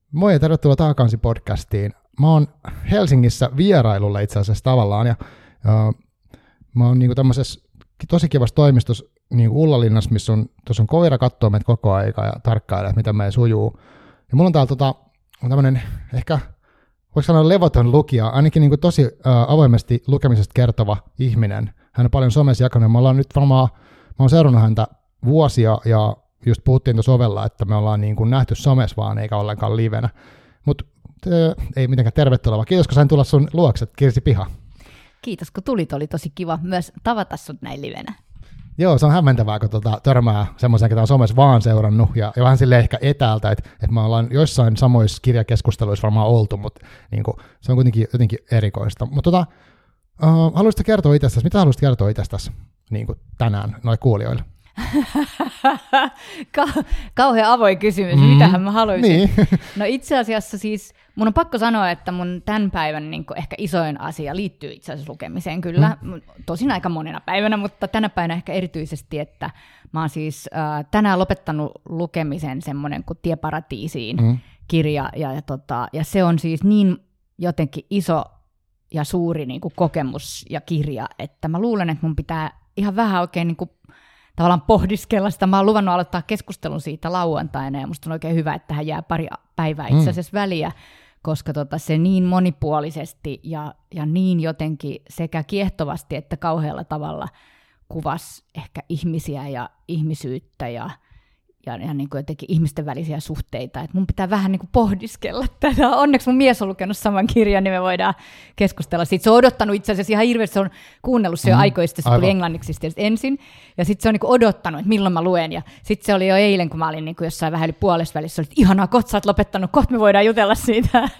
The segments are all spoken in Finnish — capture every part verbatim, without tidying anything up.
Moi ja tervetuloa Taakansi-podcastiin. Mä oon Helsingissä vierailulla itse asiassa tavallaan, ja uh, mä oon niinku tämmöisessä tosi kivassa toimistossa niinku Ullalinnassa, missä on, tuossa on koira kattoo meitä koko aika ja tarkkailee, miten meidän sujuu. Ja mulla on täällä tota, on tämmönen ehkä, voiko sanoa levoton lukija, ainakin niinku tosi uh, avoimesti lukemisesta kertova ihminen. Hän on paljon somessa jakanut, me ollaan nyt varmaan, mä oon seurannut häntä vuosia, ja just puhuttiin tuossa ovella, että me ollaan niin kuin nähty somessa vaan, eikä ollenkaan livenä. Mutta ei mitenkään tervetuloa. Kiitos, kun sain tulla sun luokse, Kirsi Piha. Kiitos, kun tulit. Oli tosi kiva myös tavata sut näin livenä. Joo, se on hämmentävää, kun tuota, törmää semmoisen, ketä on somessa vaan seurannut, ja, ja vähän silleen ehkä etäältä, että, että me ollaan joissain samoissa kirjakeskusteluissa varmaan oltu, mutta niin kuin, se on kuitenkin jotenkin erikoista. Mutta tota, uh, haluaisitko kertoa itsestäsi, mitä haluaisit kertoa itsestäsi niin kuin tänään noille kuulijoille? Ka- kauhean avoin kysymys, mm, mitähän mä haluaisin. Niin. No itse asiassa siis, mun on pakko sanoa, että mun tämän päivän niin ehkä isoin asia liittyy itse asiassa lukemiseen kyllä, mm. tosin aika monena päivänä, mutta tänä päivänä ehkä erityisesti, että mä oon siis äh, tänään lopettanut lukemisen semmoinen kuin Tie Paratiisiin mm. kirja, ja, ja, tota, ja se on siis niin jotenkin iso ja suuri niin kuin kokemus ja kirja, että mä luulen, että mun pitää ihan vähän oikein niin kuin tavallaan pohdiskella sitä. Mä oon luvannut aloittaa keskustelun siitä lauantaina, ja musta on oikein hyvä, että tähän jää pari päivää itse asiassa mm. väliä, koska tota, se niin monipuolisesti ja, ja niin jotenkin sekä kiehtovasti että kauhealla tavalla kuvasi ehkä ihmisiä ja ihmisyyttä ja, ja, ja niin kuin jotenkin ihmisten välisiä suhteita. Et mun pitää vähän niin kuin pohdiskella tätä. Onneksi mun mies on lukenut saman kirjan, niin me voidaan keskustella siitä. Se on odottanut itse asiassa ihan hirveästi, se on kuunnellut se jo mm, aikoista, se tuli englanniksi ensin. Ja sitten se on niin kuin odottanut, että milloin mä luen. Ja sitten se oli jo eilen, kun mä olin niin kuin jossain vähän yli puolessa välissä. Se oli, että ihanaa, kohta sä oot lopettanut, kohta me voidaan jutella siitä.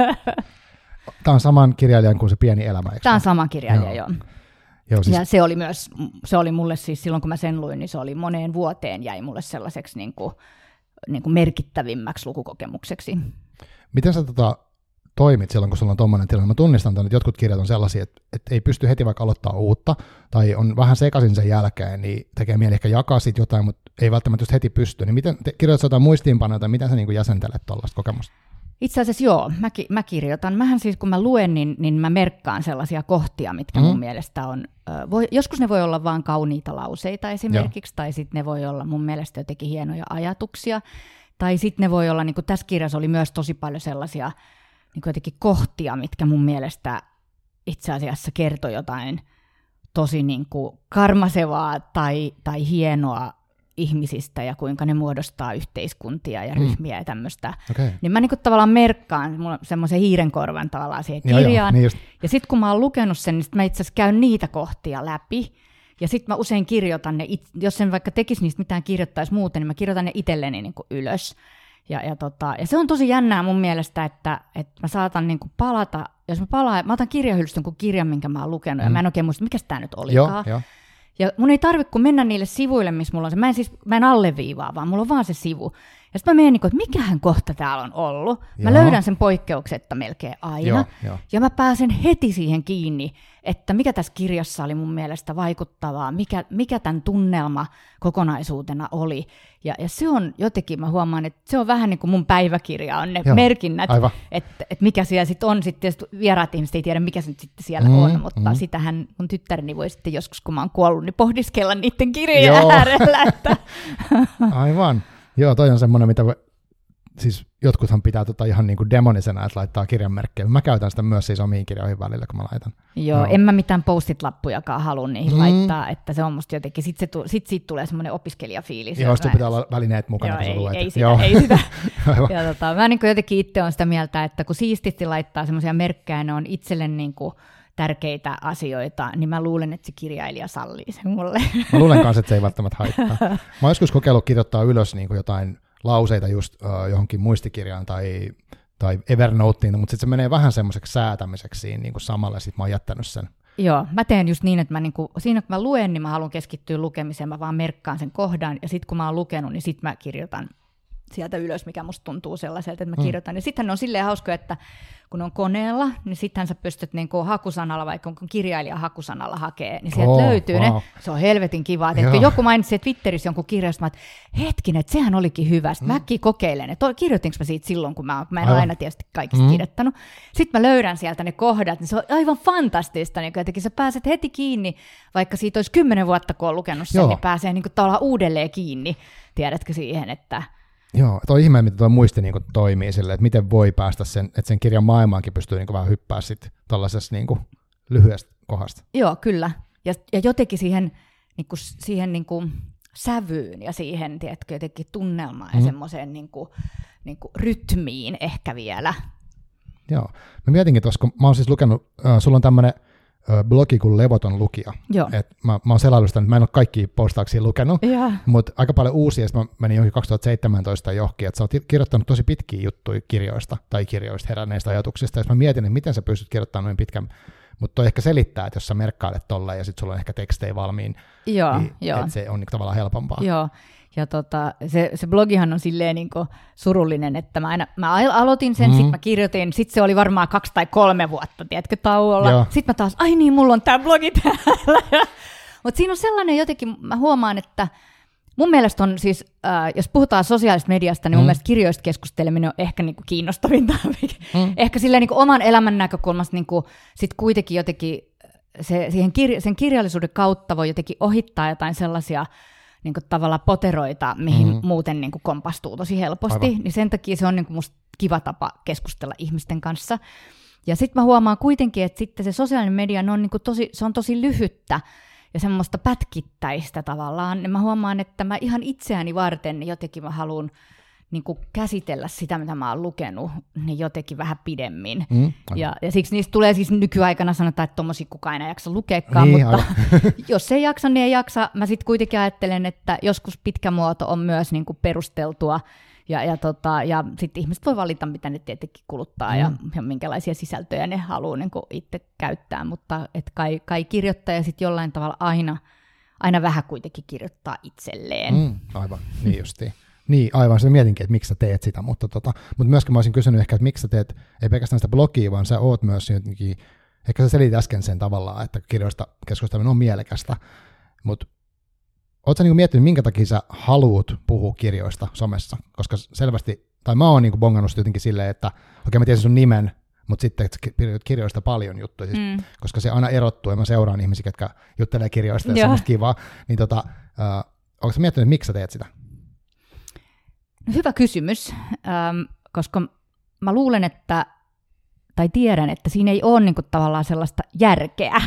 Tämä on saman kirjailijan kuin Se pieni elämä, eikö? Tämä on sama kirjailija, joo. joo. Joo, siis... Ja se oli myös, se oli mulle siis silloin, kun mä sen luin, niin se oli moneen vuoteen jäi mulle sellaiseksi niin kuin, niin kuin merkittävimmäksi lukukokemukseksi. Miten sä tota, toimit silloin, kun sulla on tommoinen tilanne? Mä tunnistan tämän, että jotkut kirjat on sellaisia, että, että ei pysty heti vaikka aloittaa uutta, tai on vähän sekaisin sen jälkeen, niin tekee mieli ehkä jakaa siitä jotain, mutta ei välttämättä just heti pysty. Niin miten te, kirjoitatko jotain muistiinpanoja, tai miten sä niin kuin jäsentelet tuollaista kokemusta? Itse asiassa joo, mä, mä kirjoitan. Mähän siis kun mä luen, niin, niin mä merkkaan sellaisia kohtia, mitkä mm. mun mielestä on, äh, voi, joskus ne voi olla vaan kauniita lauseita esimerkiksi, joo. tai sitten ne voi olla mun mielestä jotenkin hienoja ajatuksia, tai sitten ne voi olla, niin kuin tässä kirjassa oli myös tosi paljon sellaisia niin kuin jotenkin kohtia, mitkä mun mielestä itse asiassa kertoi jotain tosi niin kuin karmasevaa tai, tai hienoa ihmisistä ja kuinka ne muodostaa yhteiskuntia ja ryhmiä mm. ja tämmöistä. Okay. Niin mä niinku tavallaan merkkaan semmoisen hiirenkorvan tavallaan siihen kirjaan. Joo, joo, niin ja sitten kun mä oon lukenut sen, niin sit mä itse asiassa käyn niitä kohtia läpi. Ja sitten mä usein kirjoitan ne, jos en vaikka tekisi niistä mitään kirjoittaisi muuten, niin mä kirjoitan ne itselleni niinku ylös. Ja, ja, tota, ja se on tosi jännää mun mielestä, että, että mä saatan niinku palata, jos mä palaan, mä otan kirjahyllystä kuin kirjan, minkä mä oon lukenut, mm. ja mä en oikein muista, mikä tää nyt olikaan. Joo, jo. Ja mun ei tarvitse kun mennä niille sivuille, missä mulla on se. Mä en siis mä en alleviivaa, vaan mulla on vaan se sivu. Ja sitten mä menen, että mikähän kohta täällä on ollut. Mä Joo. löydän sen poikkeuksetta melkein aina. Joo, jo. Ja mä pääsen heti siihen kiinni, että mikä tässä kirjassa oli mun mielestä vaikuttavaa, mikä, mikä tämän tunnelma kokonaisuutena oli. Ja, ja se on jotenkin, mä huomaan, että se on vähän niin kuin mun päiväkirja, on ne Joo, merkinnät, että, että mikä siellä sitten on. Sitten vieraat ihmiset ei tiedä, mikä se nyt sitten siellä mm, on, mutta mm. sitähän mun tyttäreni voi sitten joskus, kun mä oon kuollut, niin pohdiskella niiden kirjojen äärellä. Että aivan. Joo, toi on semmoinen, mitä siis jotkuthan pitää tota ihan niin kuin demonisena, että laittaa kirjanmerkkejä. Mä käytän sitä myös siis omiin kirjoihin välillä, kun mä laitan. Joo, no. en mä mitään post-it-lappujakaan halua niihin mm. laittaa, että se on musta jotenkin, sit, se tu, sit siitä tulee semmoinen opiskelijafiilis. Joo, sitten pitää olla välineet mukana, joo, kun sä luet. Ei sitä, Joo. ei sitä. ja tota, mä niin kuin jotenkin itse on sitä mieltä, että kun siististi laittaa semmoisia merkkejä, ne on itselle niin kuin tärkeitä asioita, niin mä luulen, että se kirjailija sallii sen mulle. Mä luulen kanssa, että se ei välttämättä haittaa. Mä oon joskus kokeillut kirjoittaa ylös niin kuin jotain lauseita just uh, johonkin muistikirjaan tai, tai Evernoteen, mutta sitten se menee vähän semmoiseksi säätämiseksi siinä niin kuin samalla, ja sitten mä oon jättänyt sen. Joo, mä teen just niin, että mä niinku, siinä kun mä luen, niin mä haluan keskittyä lukemiseen, mä vaan merkkaan sen kohdan, ja sitten kun mä oon lukenut, niin sitten mä kirjoitan sieltä ylös, mikä musta tuntuu sellaiselta, että mä kirjoitan. Mm. Ja sitten on silleen hauska, että kun on koneella, niin sittenhän sä pystyt niinku hakusanalla, vaikka kun kirjailija hakusanalla hakee, niin sieltä oh, löytyy wow. ne. Se on helvetin kiva. Että joku mainitsi Twitterissä jonkun kirjasta, että hetkinen, että sehän olikin hyvä. Sitten mm. mäkin kokeilen, että kirjoitinko mä siitä silloin, kun mä, mä en ole aina tietysti kaikista mm. kirjoittanut. Sitten mä löydän sieltä ne kohdat, niin se on aivan fantastista. Niin jotenkin sä pääset heti kiinni, vaikka siitä olisi kymmenen vuotta, kun on lukenut sen, Joo. niin pääsee niinku tavallaan uudelleen kiinni. Tiedätkö siihen, että... Joo, toi ihme, miten tuo muisti niin kuin toimii silleen, että miten voi päästä sen, että sen kirjan maailmaankin pystyy niin kuin vähän hyppää sitten tuollaisessa niin kuin lyhyestä kohdasta. Joo, kyllä. Ja, ja jotenkin siihen, niin kuin, siihen niin kuin sävyyn ja siihen, tiedätkö, jotenkin tunnelmaan mm. ja semmoiseen niin kuin, niin kuin rytmiin ehkä vielä. Joo. Mä mietinkin tuossa, kun mä oon siis lukenut, äh, sulla on tämmöinen blogi kuin Levoton lukija. Et mä, mä oon selaillut sitä, mä en ole kaikkia postauksia lukenut, mutta aika paljon uusia, mä menin johonkin kaksituhattaseitsemäntoista johonkin, että sä oot kirjoittanut tosi pitkiä juttuja kirjoista tai kirjoista heränneistä ajatuksista, ja mä mietin, että miten sä pystyt kirjoittamaan noin pitkän, mutta toi ehkä selittää, että jos sä merkkailet tolleen ja sit sulla on ehkä tekstejä valmiin, Joo, niin jo. että se on niin tavallaan helpompaa. Joo. Ja tota, se, se blogihan on silleen niin kuin surullinen, että mä, aina, mä aloitin sen, mm. sitten mä kirjoitin, sitten se oli varmaan kaksi tai kolme vuotta, tiedätkö, tauolla. Sitten mä taas, ai niin, mulla on tää blogi täällä. Mutta siinä on sellainen jotenkin, mä huomaan, että mun mielestä on siis, äh, jos puhutaan sosiaalisesta mediasta, niin mm. mun mielestä kirjoista keskusteleminen on ehkä niinku kiinnostavinta. Mm. Ehkä silleen niinku oman elämän näkökulmasta niinku sit kuitenkin jotenkin se, siihen kir- sen kirjallisuuden kautta voi jotenkin ohittaa jotain sellaisia niin kuin tavallaan poteroita, mihin mm-hmm. muuten niin kuin kompastuu tosi helposti, Aivan. niin sen takia se on niin kuin musta kiva tapa keskustella ihmisten kanssa. Ja sitten mä huomaan kuitenkin, että sitten se sosiaalinen media on, niin kuin tosi, se on tosi lyhyttä ja semmoista pätkittäistä tavallaan. Ja mä huomaan, että mä ihan itseäni varten jotenkin mä haluan niin kuin käsitellä sitä, mitä mä oon lukenut, niin jotenkin vähän pidemmin. Mm, ja, ja siksi niistä tulee siis nykyaikana sanotaan, että tommosia kukaan ei jaksa lukeekaan, niin, mutta jos ei jaksa, niin ei jaksa. Mä sitten kuitenkin ajattelen, että joskus pitkä muoto on myös niin kuin perusteltua, ja, ja, tota, ja sitten ihmiset voi valita, mitä ne tietenkin kuluttaa, mm. ja, ja minkälaisia sisältöjä ne haluaa niin kuin itse käyttää, mutta et kai, kai kirjoittaja sitten jollain tavalla aina, aina vähän kuitenkin kirjoittaa itselleen. Mm, aivan, niin justiin. Niin, aivan, se mietinkin, että miksi sä teet sitä, mutta, tota, mutta myöskin mä olisin kysynyt ehkä, että miksi sä teet, ei pelkästään sitä blogia, vaan sä oot myös jotenkin, ehkä sä selitit äsken sen tavallaan, että kirjoista keskustelun on mielekästä, mutta oot sä niin miettinyt, minkä takia sä haluut puhua kirjoista somessa, koska selvästi, tai mä oon niin bongannut jotenkin silleen, että okei okay, mä tiesin sun nimen, mutta sitten kirjoitat kirjoista paljon juttuja, siis, mm. koska se aina erottuu, ja mä seuraan ihmisiä, jotka juttelee kirjoista, ja se on musta kivaa, niin tota, äh, ootko sä miettinyt, miksi sä teet sitä? Hyvä kysymys, ähm, koska mä luulen, että, tai tiedän, että siinä ei ole niinku tavallaan sellaista järkeä.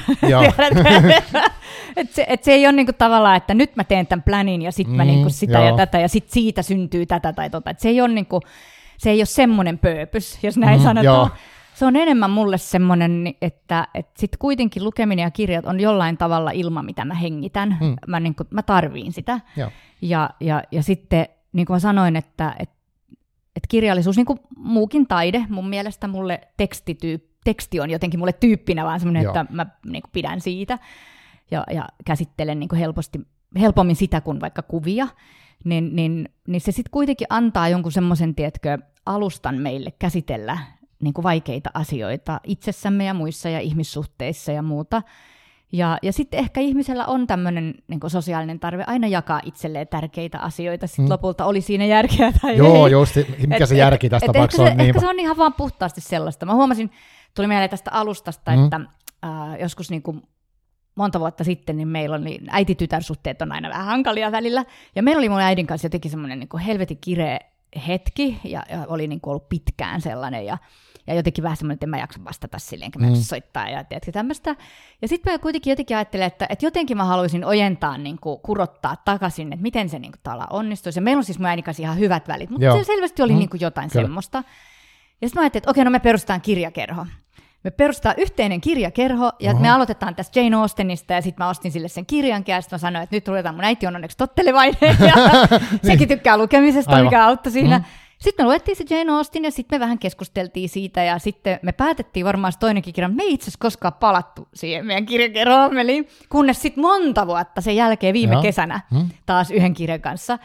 että se, et se ei ole niinku tavallaan, että nyt mä teen tämän planin ja sitten mm, mä niinku sitä joo. ja tätä ja sitten siitä syntyy tätä tai tota. Et se ei ole niinku, se ei ole semmoinen purpose, jos näin mm, sanotaan. Joo. Se on enemmän mulle semmoinen, että, että sitten kuitenkin lukeminen ja kirjat on jollain tavalla ilma, mitä mä hengitän. Mm. Mä, niinku, mä tarviin sitä. Joo. Ja, ja, ja sitten niin kuin mä sanoin, että, että, että kirjallisuus, niin kuin muukin taide, mun mielestä mulle tekstityyp, teksti on jotenkin mulle tyyppinä, vaan semmoinen, että mä niin kuin pidän siitä ja, ja käsittelen niin kuin helposti, helpommin sitä kuin vaikka kuvia, niin, niin, niin se sitten kuitenkin antaa jonkun semmoisen, tiedätkö, alustan meille käsitellä niin kuin vaikeita asioita itsessämme ja muissa ja ihmissuhteissa ja muuta. Ja, ja sitten ehkä ihmisellä on tämmöinen niin kuin sosiaalinen tarve aina jakaa itselleen tärkeitä asioita, sitten mm. lopulta oli siinä järkeä tai Joo, ei. just, mikä et, se järki tästä tapauksessa on. Se, niin ehkä se on ihan vaan puhtaasti sellaista. Mä huomasin, tuli mieleen tästä alustasta, mm. että äh, joskus niin kuin monta vuotta sitten niin meillä oli, äiti-tytär-suhteet on aina vähän hankalia välillä, ja meillä oli mun äidin kanssa jotenkin semmoinen niin kuin helvetin kireä hetki, ja, ja oli niin kuin ollut pitkään sellainen, ja Ja jotenkin vähän semmoinen, että en mä jaksa vastata silleen, enkä mä jaksa mm. soittaa ja tiedätkö tämmöistä. Ja sitten mä kuitenkin jotenkin ajattelen, että, että jotenkin mä haluaisin ojentaa, niin kuin, kurottaa takaisin, että miten se niin kuin, tavallaan onnistuisi. Ja meillä on siis mun äidin kanssa ihan hyvät välit, mutta Joo. se selvästi oli mm. niin kuin, jotain Kyllä. semmoista. Ja sitten mä ajattelin, että okei, no me perustetaan kirjakerho. Me perustetaan yhteinen kirjakerho, ja uh-huh. me aloitetaan tästä Jane Austenista, ja sitten mä ostin sille sen kirjan, ja sitten mä sanoin, että nyt ruvetaan, mun äiti on onneksi tottelevainen, ja sekin tykkää lukemisesta, Aivan. mikä auttoi siinä. Mm. Sitten me luettiin se Jane Austen ja sitten me vähän keskusteltiin siitä ja sitten me päätettiin varmaan se toinenkin kirja, me ei itse asiassa koskaan palattu siihen meidän kirjakerhommeliin, kunnes sitten monta vuotta sen jälkeen viime Joo. kesänä mm. taas yhden kirjan kanssa.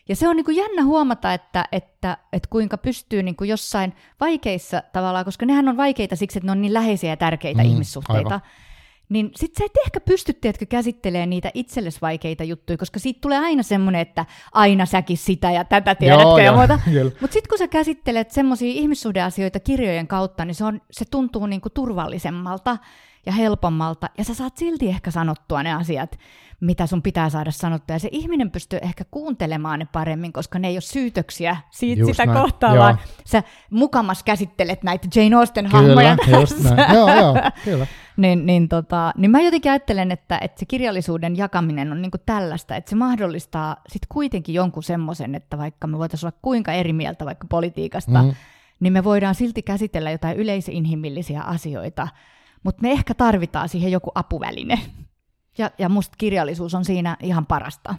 Ja se on niin kuin jännä huomata, että, että, että kuinka pystyy niin kuin jossain vaikeissa tavallaan, koska nehän on vaikeita siksi, että ne on niin läheisiä ja tärkeitä mm, ihmissuhteita, aivan. Niin sit sä et ehkä pysty, tiedätkö, käsittelemään niitä itsellesi vaikeita juttuja, koska siitä tulee aina semmoinen, että aina säkin sitä ja tätä, tiedätkö, joo, ja muuta. Mutta sitten kun sä käsittelet semmoisia ihmissuhdeasioita kirjojen kautta, niin se, on, se tuntuu niinku turvallisemmalta ja helpommalta, ja sä saat silti ehkä sanottua ne asiat, mitä sun pitää saada sanottua, ja se ihminen pystyy ehkä kuuntelemaan ne paremmin, koska ne ei ole syytöksiä siitä just sitä näin. Kohtaa, joo. Vaan sä mukamas käsittelet näitä Jane Austen-hahmoja tässä. Joo, joo, kyllä. niin, niin, tota, niin mä jotenkin ajattelen, että, että se kirjallisuuden jakaminen on niinku tällaista, että se mahdollistaa sit kuitenkin jonkun semmoisen, että vaikka me voitaisiin olla kuinka eri mieltä vaikka politiikasta, mm. niin me voidaan silti käsitellä jotain yleisinhimillisiä asioita, mutta me ehkä tarvitaan siihen joku apuväline. Ja, ja musta kirjallisuus on siinä ihan parasta.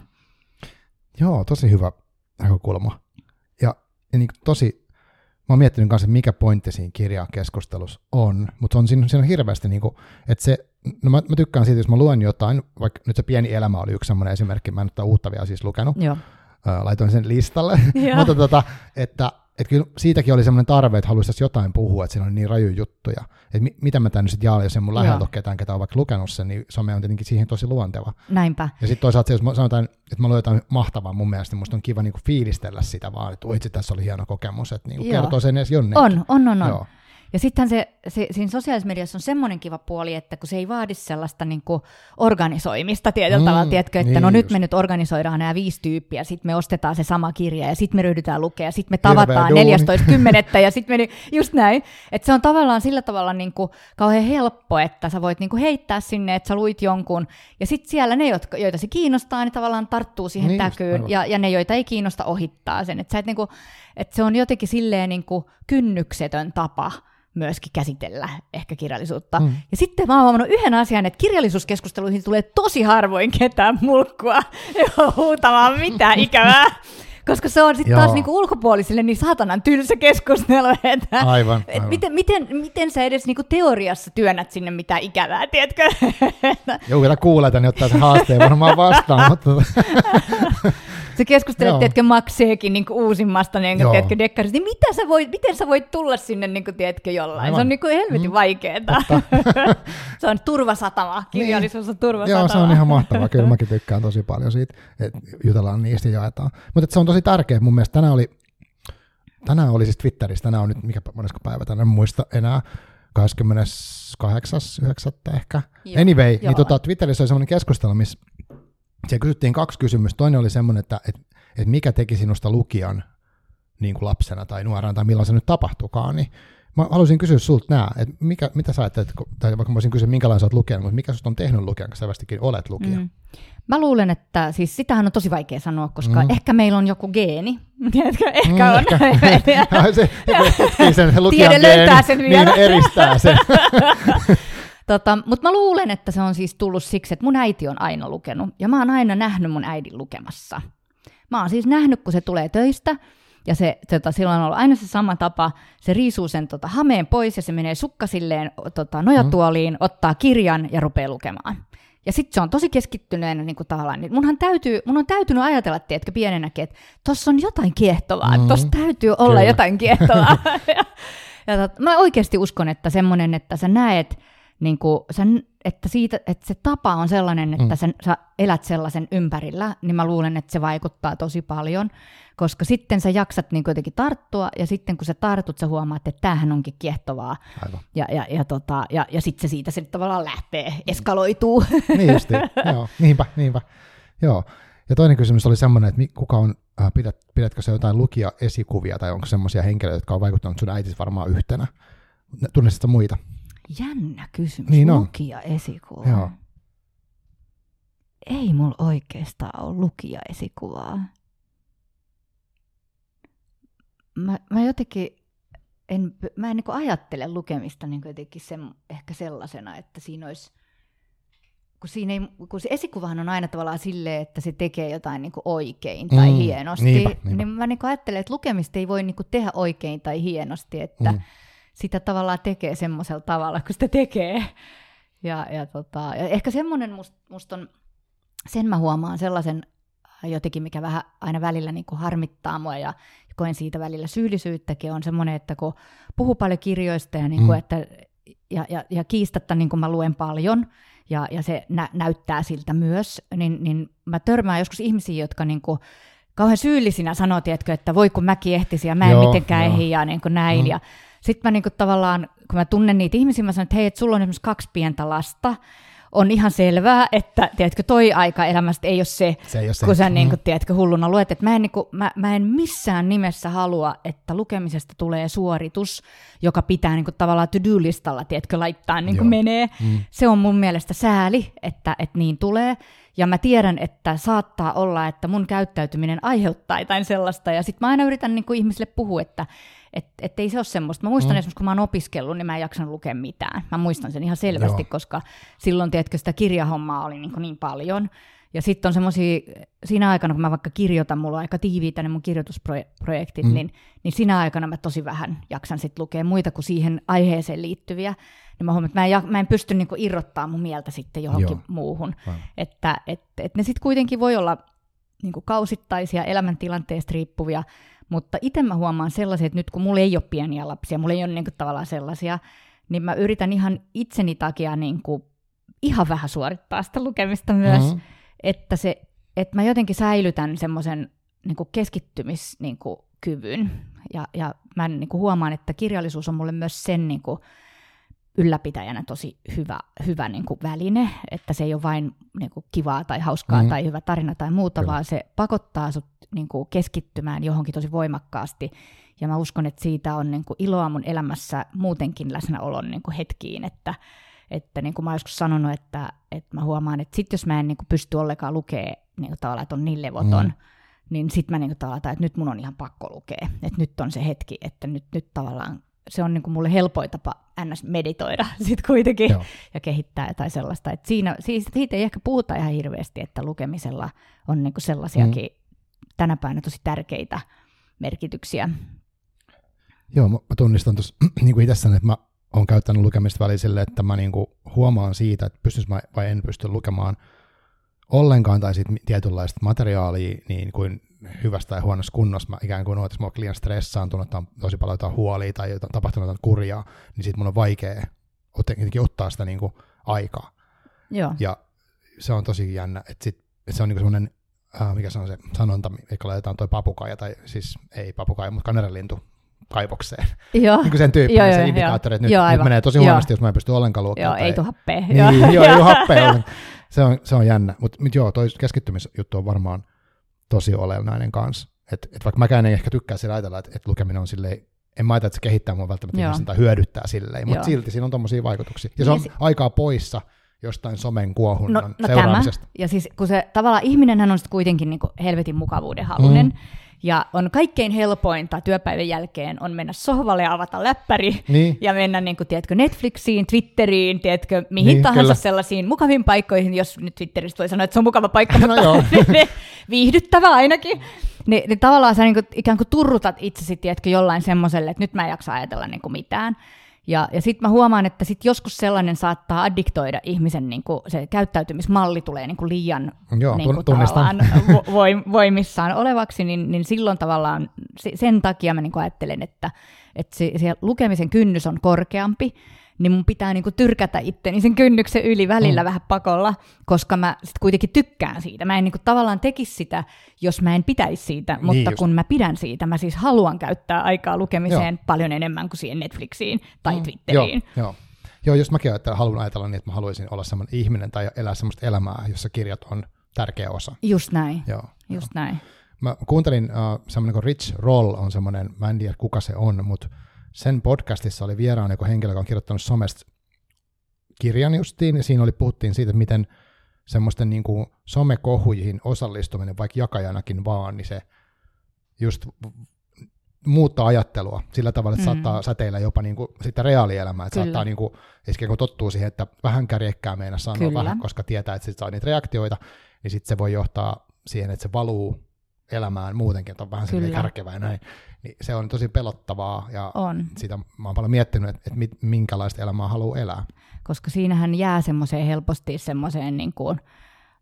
Joo, tosi hyvä näkökulma. Ja, ja niin tosi, mä oon miettinyt kanssa, mikä pointti siinä kirjakeskustelussa on, mutta on, siinä, siinä on hirveästi, niin kuin, että se, no mä, mä tykkään siitä, jos mä luen jotain, vaikka nyt se Pieni elämä oli yksi semmoinen esimerkki, mä en ole uutta vielä siis lukenut, Joo. laitoin sen listalle, mutta tota, että että kyllä siitäkin oli semmoinen tarve, että haluaisi jotain puhua, että siinä oli niin raju juttuja. Että mi- mitä mä tänne sitten jaan, jos en mun läheltä ole ketään, ketä on vaikka lukenut sen, niin some on tietenkin siihen tosi luonteva. Näinpä. Ja sitten toisaalta se, jos sanotaan, että mä luen jotain mahtavaa mun mielestä, niin musta on kiva niinku fiilistellä sitä vaan, että itse tässä oli hieno kokemus, että niinku kertoo sen edes jonnekin. On, on, on, on. Joo. Ja sittenhän se, se, siinä sosiaalisessa mediassa on semmoinen kiva puoli, että kun se ei vaadi sellaista niin kuin organisoimista tietyllä mm, tavalla, tiedätkö, että niin no just. Nyt me nyt organisoidaan nämä viisi tyyppiä, sitten me ostetaan se sama kirja ja sitten me ryhdytään lukemaan, sitten me tavataan neljästoista kymmenettä ja sitten me just näin. Että se on tavallaan sillä tavalla niin kuin kauhean helppo, että sä voit niin kuin heittää sinne, että sä luit jonkun ja sitten siellä ne, jotka, joita se kiinnostaa, niin tavallaan tarttuu siihen niin täkyyn ja, ja ne, joita ei kiinnosta, ohittaa sen. Että niin kuin, että se on jotenkin silleen niin kuin kynnyksetön tapa myöskin käsitellä ehkä kirjallisuutta. Mm. Ja sitten mä oon huomannut yhden asian, että kirjallisuuskeskusteluihin tulee tosi harvoin ketään mulkkua huutamaan mitään ikävää, koska se on sitten taas niinku ulkopuolisille niin saatanan tylsä keskustelu. Että aivan, et aivan. Miten, miten, miten sä edes niinku teoriassa työnnät sinne mitään ikävää, tiedätkö? Joo, vielä kuulee tänne ottaa se haasteen varmaan vastaan, mutta sä keskustelet, tiedätkö, Maxeekin niin uusimmasta niin tiedätkö, dekkarista, niin mitä sä voit, miten sä voit tulla sinne niin kuin, tiedätkö, jollain? Aivan. Se on niin kuin helvetin mm. vaikeaa. Se on turvasatama, kirjallisuus on turvasatama. Joo, se on ihan mahtavaa. Kyllä mäkin tykkään tosi paljon siitä, että jutellaan niistä ja jaetaan. Mutta se on tosi tärkeää. Mun mielestä tänään oli, tänään oli siis Twitterissä, tänään on nyt, mikä monesko päivä, tänään en muista enää, kahdeskymmeneskahdeksas yhdeksättä ehkä. Joo, anyway, niin tota, Twitterissä oli semmoinen keskustelu, missä siellä kysyttiin kaksi kysymystä. Toinen oli semmoinen, että, että, että mikä teki sinusta lukijan niin kuin lapsena tai nuorena, tai milloin se nyt tapahtukaan. Niin mä haluaisin kysyä sulta nämä, että mikä, mitä sä ajattelet, tai vaikka mä voisin kysyä, minkälainen sä oot lukenut, mutta mikä susta on tehnyt lukijan, kun selvästikin olet lukija? Mm. Mä luulen, että siis sitähän on tosi vaikea sanoa, koska mm. ehkä meillä on joku geeni. Tiedätkö, ehkä mm, on. Ehkä. se, sen lukijan tiede löytää sen vielä. Niin eristää sen. Tota, mutta mä luulen, että se on siis tullut siksi, että mun äiti on aina lukenut, ja mä oon aina nähnyt mun äidin lukemassa. Mä oon siis nähnyt, kun se tulee töistä, ja se, tota, silloin on ollut aina se sama tapa, se riisuu sen tota, hameen pois, ja se menee sukkasilleen tota, nojatuoliin, mm. ottaa kirjan ja rupeaa lukemaan. Ja sitten se on tosi keskittyneenä niin kuin tavallaan, niin munhan täytyy, mun on täytynyt ajatella, tiedätkö, pienenäkin, että tossa on jotain kiehtovaa, mm. tossa täytyy olla Kyllä. jotain kiehtovaa. ja, ja tot, mä oikeasti uskon, että semmoinen, että sä näet, niin kuin sen, että, siitä, että se tapa on sellainen, että mm. sen, sä elät sellaisen ympärillä, niin mä luulen, että se vaikuttaa tosi paljon, koska sitten sä jaksat niin jotenkin tarttua, ja sitten kun sä tartut, sä huomaat, että tämähän onkin kiehtovaa, Aivan. ja, ja, ja, tota, ja, ja sitten se siitä se tavallaan lähtee, eskaloituu. Niin justi, joo, niinpä, niinpä, joo. Ja toinen kysymys oli semmoinen, että kuka on, äh, pidät, pidätkö sä jotain lukija-esikuvia, tai onko semmoisia henkilöitä, jotka on vaikuttanut sun äitis varmaan yhtenä? Tunnisitko muita? Jännä kysymys, niin lukija-esikuva. Joo. Ei mulla oikeastaan ole lukija-esikuvaa. Mä, mä jotenkin, en, mä en niin kuin ajattele lukemista niin kuin jotenkin sen, ehkä sellaisena, että siinä olisi, kun, siinä ei, kun se esikuvahan on aina tavallaan silleen, että se tekee jotain niin kuin oikein tai mm, hienosti, niinpä, niinpä. Niin mä niin kuin ajattelen, että lukemista ei voi niin kuin tehdä oikein tai hienosti, että mm. sitä tavallaan tekee semmoisella tavalla, kun sitä tekee. Ja, ja, tota, ja ehkä semmoinen musta must on, sen mä huomaan sellaisen jotenkin, mikä vähän aina välillä niin kuin harmittaa mua ja koen siitä välillä syyllisyyttäkin, on semmoinen, että kun puhuu paljon kirjoista ja, niin kuin, mm. että, ja, ja, ja kiistatta niin kuin mä luen paljon, ja, ja se nä- näyttää siltä myös, niin, niin mä törmään joskus ihmisiä, jotka niin kuin kauhean syyllisinä sanoo, tiedätkö, että voi kun mäkin ehtisin ja mä en joo, mitenkään ehdi ja niin kuin näin. Mm. Ja sitten mä niin kuin tavallaan, kun mä tunnen niitä ihmisiä, mä sanon, että hei, että sulla on esimerkiksi kaksi pientä lasta, on ihan selvää, että tiedätkö, toi aika elämästä ei ole se, se, ei ole se. kun sä mm. niin kuin, tiedätkö, hulluna luet. Että mä, en, niin kuin, mä, mä en missään nimessä halua, että lukemisesta tulee suoritus, joka pitää niin kuin, tavallaan to-do-listalla tiedätkö, laittaa niin kuin menee. Mm. Se on mun mielestä sääli, että, että niin tulee. Ja mä tiedän, että saattaa olla, että mun käyttäytyminen aiheuttaa jotain sellaista. Ja sit mä aina yritän niin kuin, ihmisille puhua, että Että et ei se ole semmoista. Mä muistan mm. esimerkiksi, kun mä oon opiskellut, niin mä en jaksanut lukea mitään. Mä muistan sen ihan selvästi, Joo. koska silloin, tiedätkö, sitä kirjahommaa oli niin, niin paljon. Ja sitten on semmoisia, siinä aikana, kun mä vaikka kirjoitan, mulla on aika tiiviitä ne mun kirjoitusprojektit, mm. niin, niin siinä aikana mä tosi vähän jaksan sit lukea muita kuin siihen aiheeseen liittyviä. Niin mä huomaan, että mä en, mä en pysty niin kuin irrottaa mun mieltä sitten johonkin Joo. muuhun. Wow. Että et, et ne sitten kuitenkin voi olla niin kuin kausittaisia, elämäntilanteesta riippuvia. Mutta itse mä huomaan sellaisia, että nyt kun mulla ei ole pieniä lapsia, mulla ei ole niin kuin tavallaan sellaisia, niin mä yritän ihan itseni takia niin kuin ihan vähän suorittaa sitä lukemista myös, mm-hmm. että, se, että mä jotenkin säilytän semmoisen niin kuin keskittymiskyvyn. Niin kuin kyvyn. ja, ja mä niin kuin huomaan, että kirjallisuus on mulle myös sen niin kuin ylläpitäjänä tosi hyvä, hyvä niin kuin väline, että se ei ole vain niin kuin kivaa tai hauskaa mm-hmm. tai hyvä tarina tai muuta, Kyllä. vaan se pakottaa sut niin kuin keskittymään johonkin tosi voimakkaasti. Ja mä uskon, että siitä on niin kuin iloa mun elämässä muutenkin läsnäolon niin kuin hetkiin, että, että niin kuin mä oon joskus sanonut, että, että mä huomaan, että sit jos mä en niin kuin pysty ollenkaan lukemaan niin kuin tavallaan, että on niin levoton, mm. niin sit mä niin kuin tavallaan, että nyt mun on ihan pakko lukea, että nyt on se hetki, että nyt, nyt tavallaan se on niin kuin mulle helpoin tapa ns. Meditoida sit kuitenkin Joo. ja kehittää jotain sellaista. Et siinä, siitä ei ehkä puhuta ihan hirveästi, että lukemisella on niin kuin sellaisiakin mm. tänä päivänä tosi tärkeitä merkityksiä. Joo, mä tunnistan tuossa niin itsessäni, että mä oon käyttänyt lukemista välisille, että mä niin kuin huomaan siitä, että pystyisin mä vai en pysty lukemaan ollenkaan tai sitten tietynlaista materiaalia niin kuin hyvästä tai huonossa kunnossa. Mä ikään kuin oon liian stressaantunut, on tosi paljon jotain huolia tai jotain, tapahtunut jotain kurjaa, niin sitten mun on vaikea jotenkin ottaa sitä niin kuin aikaa. Joo. Ja se on tosi jännä, että, sit, että se on niin kuin semmoinen, äh, mikä se on se sanonta, eikä laitetaan toi papukaija, tai siis ei papukaija, mutta kanarilintu kaivokseen. Joo. Niin kuin sen tyyppinen, se indikaattori, että nyt, joo, nyt menee tosi huonosti, jos mä en pysty ollenkaan lukemaan. Joo, tai... ei tule happea. Niin, joo, joo, ei tule happea. Se on, se on jännä, mutta mut joo, toi keskittymisjuttu on varmaan tosi olennainen kanssa. Että et vaikka mäkään en ehkä tykkää sillä ajatella, että et lukeminen on silleen, en mä ajatella, että se kehittää mua välttämättä ihmisen tai hyödyttää silleen, mutta silti siinä on tommosia vaikutuksia. Ja se on yes. aikaa poissa jostain somen kuohunnan no, no seuraamisesta. Tämä. Ja siis kun se tavallaan ihminenhän on sitten kuitenkin niinku helvetin mukavuudenhaluinen, mm. ja on kaikkein helpointa työpäivän jälkeen on mennä sohvalle ja avata läppäri niin. ja mennä niin kuin, tiedätkö, Netflixiin, Twitteriin, tiedätkö, mihin niin, tahansa kyllä. sellaisiin mukaviin paikkoihin, jos nyt Twitteristä voi sanoa, että se on mukava paikka, no mutta ne, viihdyttävä ainakin. Niin, niin tavallaan sä niin kuin, ikään kuin turrutat itsesi, tiedätkö, jollain semmoiselle, että nyt mä en jaksa ajatella niin kuin mitään. Ja, ja sitten mä huomaan, että sit joskus sellainen saattaa addiktoida ihmisen, niin kuin se käyttäytymismalli tulee niin kuin liian Joo, niin kuin tavallaan voimissaan olevaksi, niin, niin silloin tavallaan sen takia mä niin kuin ajattelen, että, että se, se lukemisen kynnys on korkeampi, niin mun pitää niinku tyrkätä itteni sen kynnyksen yli välillä mm. vähän pakolla, koska mä sit kuitenkin tykkään siitä. Mä en niinku tavallaan tekisi sitä, jos mä en pitäisi siitä, mutta niin kun mä pidän siitä, mä siis haluan käyttää aikaa lukemiseen joo. paljon enemmän kuin siihen Netflixiin tai mm. Twitteriin. Joo, joo. joo, jos mäkin ajattelen, haluan ajatella niin, että mä haluaisin olla sellainen ihminen tai elää sellaista elämää, jossa kirjat on tärkeä osa. Just näin, joo, just joo. näin. Mä kuuntelin uh, semmoinen kuin Rich Roll on semmoinen, mä en tiedä kuka se on, mutta sen podcastissa oli vieraana joku henkilö, joka on kirjoittanut somesta kirjan justiin, ja siinä oli, puhuttiin siitä, että miten semmoisten niin kuin somekohuihin osallistuminen, vaikka jakajanakin vaan, niin se just muuttaa ajattelua sillä tavalla, että mm. saattaa säteillä jopa niin kuin sitä reaalielämää, että Kyllä. saattaa niin kuin, kun tottuu siihen, että vähän kärjekkää meinaa sanoa Kyllä. vähän, koska tietää, että sit saa niitä reaktioita, niin sitten se voi johtaa siihen, että se valuu elämään muutenkin, että on vähän sellainen kärkevä ja näin. Niin se on tosi pelottavaa ja on. Sitä mä oon paljon miettinyt, että, että minkälaista elämää haluaa elää. Koska siinähän jää semmoiseen helposti semmoiseen niin kuin,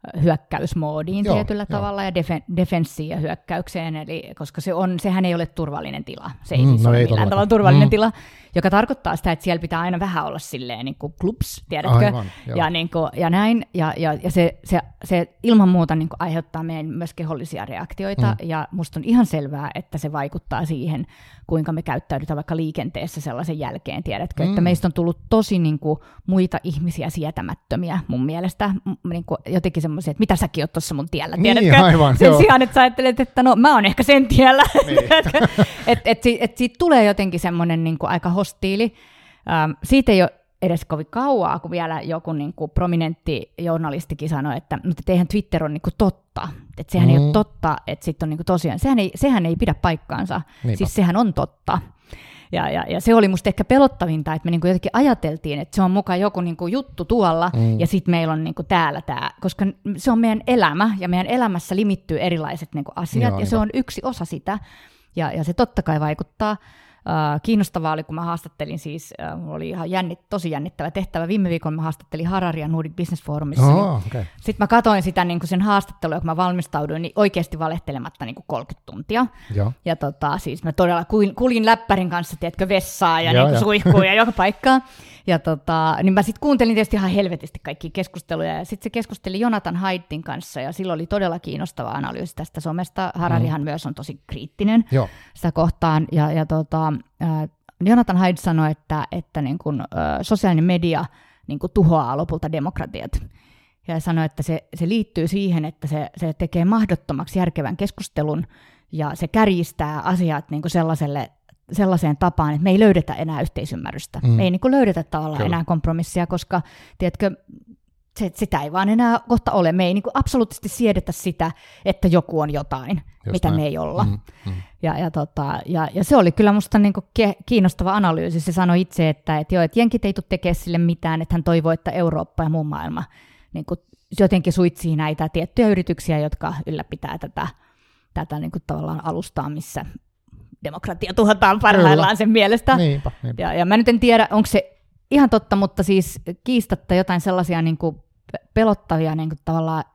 hyökkäysmoodiin joo, tietyllä joo. tavalla ja defen- defenssiin ja hyökkäykseen, eli, koska se on, sehän ei ole turvallinen tila. Se ei mm, siis no ole ei millään todellakaan. tavalla turvallinen mm. tila, joka tarkoittaa sitä, että siellä pitää aina vähän olla silleen niin kuin klups, tiedätkö? Aivan, ja, niin kuin, ja näin, ja, ja, ja se, se, se ilman muuta niin kuin aiheuttaa meidän myös kehollisia reaktioita, mm. ja musta on ihan selvää, että se vaikuttaa siihen, kuinka me käyttäydytään vaikka liikenteessä sellaisen jälkeen, tiedätkö? Mm. Että meistä on tullut tosi niin kuin, muita ihmisiä sietämättömiä mun mielestä, m- niin kuin, jotenkin semmoisia, että mitä säkin oot tuossa mun tiellä, tiedätkö? Niin, aivan, sen joo. sijaan, että sä ajattelet, että no mä oon ehkä sen tiellä, niin. että et, et, et siitä tulee jotenkin semmoinen niin kuin aika hostiili. Ähm, siitä ei ole edes kovin kauaa, kun vielä joku niin kuin prominentti journalistikin sanoi, että, että eihän Twitter ole niin kuin totta. Että sehän mm. ei ole totta, että sit on niin kuin tosiaan, sehän ei, sehän ei pidä paikkaansa. Niinpä. Siis sehän on totta. Ja, ja, ja se oli musta ehkä pelottavinta, että me niinku jotenkin ajateltiin, että se on mukaan joku niinku juttu tuolla, mm. ja sitten meillä on niinku täällä tämä, koska se on meidän elämä, ja meidän elämässä limittyy erilaiset niinku asiat, Joo, ja se on yksi osa sitä, ja, ja se totta kai vaikuttaa. Uh, kiinnostavaa oli, kun mä haastattelin siis, uh, mulla oli ihan jännit, tosi jännittävä tehtävä. Viime viikolla mä haastattelin Hararia Nordic Business Forumissa. Oh, okay. Sitten mä katsoin sitä niin sen haastattelua, kun mä valmistauduin, niin oikeasti valehtelematta niin kolmekymmentä tuntia. Joo. Ja tota, siis mä todella kuljin, kuljin läppärin kanssa, tiedätkö, vessaa ja Joo, niin suihkuun ja joka paikkaan. Ja tota, niin mä sitten kuuntelin tietysti ihan helvetisti kaikkia keskusteluja. Ja sitten se keskusteli Jonathan Haidtin kanssa, ja sillä oli todella kiinnostava analyysi tästä somesta. Hararihan mm. myös on tosi kriittinen Joo. sitä kohtaan. Ja, ja tota, äh, Jonathan Haidt sanoi, että, että niin kun, äh, sosiaalinen media niin kun tuhoaa lopulta demokratiat. Ja sanoi, että se, se liittyy siihen, että se, se tekee mahdottomaksi järkevän keskustelun, ja se kärjistää asiat niin kun sellaiselle sellaiseen tapaan, että me ei löydetä enää yhteisymmärrystä. Mm. Me ei niin kuin löydetä tavallaan Kyllä. enää kompromissia, koska tiedätkö, se, sitä ei vaan enää kohta ole. Me ei niin kuin absoluuttisesti siedetä sitä, että joku on jotain, Just mitä näin. me ei olla. Mm. Mm. Ja, ja, tota, ja, ja se oli kyllä musta niin kuin kiinnostava analyysi. Se sanoi itse, että, että, joo, että jenkit ei tule tekemään sille mitään, että hän toivoo, että Eurooppa ja muu maailma niin kuin jotenkin suitsii näitä tiettyjä yrityksiä, jotka ylläpitää tätä, tätä niin kuin tavallaan alustaa, missä demokratia tuhotaan parhaillaan Kyllä. sen mielestä. Niinpä, niinpä. Ja, ja mä nyt en tiedä, onko se ihan totta, mutta siis kiistatta jotain sellaisia niin kuin pelottavia niin kuin tavallaan,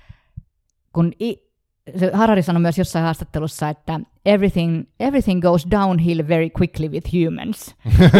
kun i, se Harari sanoi myös jossain haastattelussa, että everything, everything goes downhill very quickly with humans.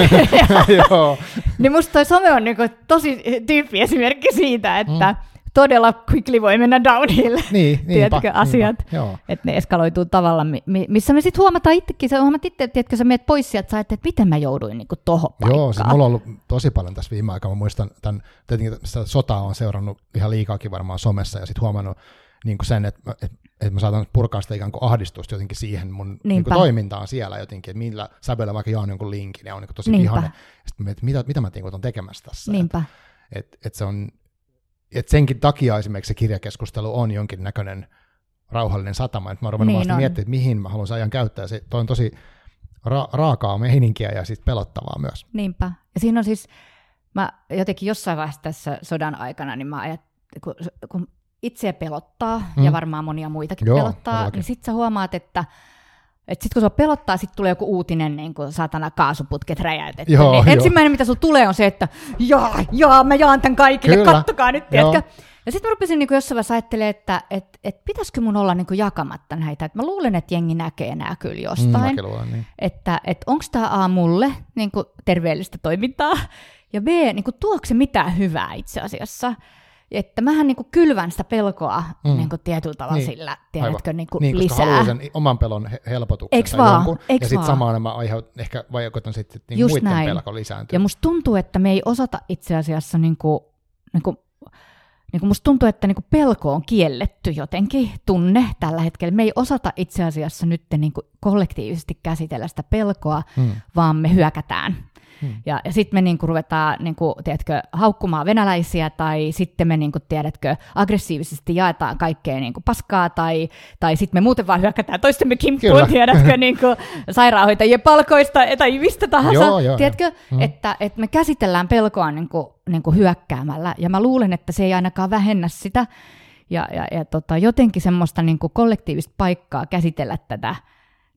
Joo. Niin musta toi some on niin kuin tosi tyyppiesimerkki siitä, että mm. todella quickly voi mennä downhill, niin, tiedätkö, asiat, että ne eskaloituu tavalla, missä me sitten huomataan itsekin, sä huomaat itse, että sä meet pois sieltä, sä ajattelet, että miten mä jouduin niinku tohon paikkaan. Joo, siis mulla on ollut tosi paljon tässä viime aikaa, mä muistan, tämän, tietenkin sotaa on seurannut ihan liikaakin varmaan somessa, ja sitten huomannut niin kuin sen, että, että, että mä saatan purkaa sitä ikään kuin ahdistusta jotenkin siihen mun niin kuin toimintaan siellä jotenkin, että millä sävyllä vaikka jaan jonkun linkin, ja on niin kuin tosi Niinpä. vihane, sitten että mitä, mitä mä niin kuin tekemässä tässä. Niinpä. Että et se on Et senkin takia esimerkiksi se kirjakeskustelu on jonkinnäköinen rauhallinen satama. Et mä oon ruvennut niin miettimään, että mihin mä haluan sen ajan käyttää. Se toi on tosi ra- raakaa meininkiä ja sit pelottavaa myös. Niinpä. Ja siinä on siis, mä jotenkin jossain vaiheessa tässä sodan aikana, niin mä ajattelin, kun, kun itseä pelottaa, mm. ja varmaan monia muitakin Joo, pelottaa, todellakin. Niin sit sä huomaat, että Että sitten kun sua pelottaa, sitten tulee joku uutinen, niin kuin saatana kaasuputket räjäytetty. Joo, niin jo. ensimmäinen, mitä sulla tulee, on se, että jaa, jaa, mä jaan tämän kaikille, Kyllä. kattokaa nyt, tiedätkö? Ja sitten mä rupesin niin jossain vaiheessa ajattelemaan, että et, et pitäisikö mun olla niin jakamatta näitä. Et mä luulen, että jengi näkee nämä kyllä jostain. Mm, luulen, niin. Että et onko tämä A mulle niin terveellistä toimintaa, ja B, niin tuoko se mitään hyvää itse asiassa. Että mähän niinku kylvän sitä pelkoa mm. niinku tietyllä tavalla niin. sillä, tiedätkö, niinku niin, lisää. Koska haluaa sen oman pelon helpotuksen. Eiks vaan? Jonkun, Eiks ja sitten vaan? samaan mä aiheut, ehkä vaikutan sitten niin Just muiden näin. pelko lisääntyy. Ja musta tuntuu, että me ei osata itse asiassa, niinku, niinku, niinku musta tuntuu, että niinku pelko on kielletty jotenkin tunne tällä hetkellä. Me ei osata itse asiassa nyt niinku kollektiivisesti käsitellä sitä pelkoa, hmm. vaan me hyökätään. Hmm. Ja, ja sitten me niinku ruvetaan niinku, tiedätkö, haukkumaan venäläisiä, tai sitten me niinku, tiedätkö, aggressiivisesti jaetaan kaikkea niinku, paskaa, tai, tai sitten me muuten vaan hyökätään toistemme kimppuun, tiedätkö, niinku, sairaanhoitajien palkoista tai mistä tahansa. Joo, joo, tiedätkö, jo. Hmm. että, että me käsitellään pelkoa niinku, niinku, hyökkäämällä, ja mä luulen, että se ei ainakaan vähennä sitä, ja, ja, ja tota, jotenkin semmoista niinku, kollektiivista paikkaa käsitellä tätä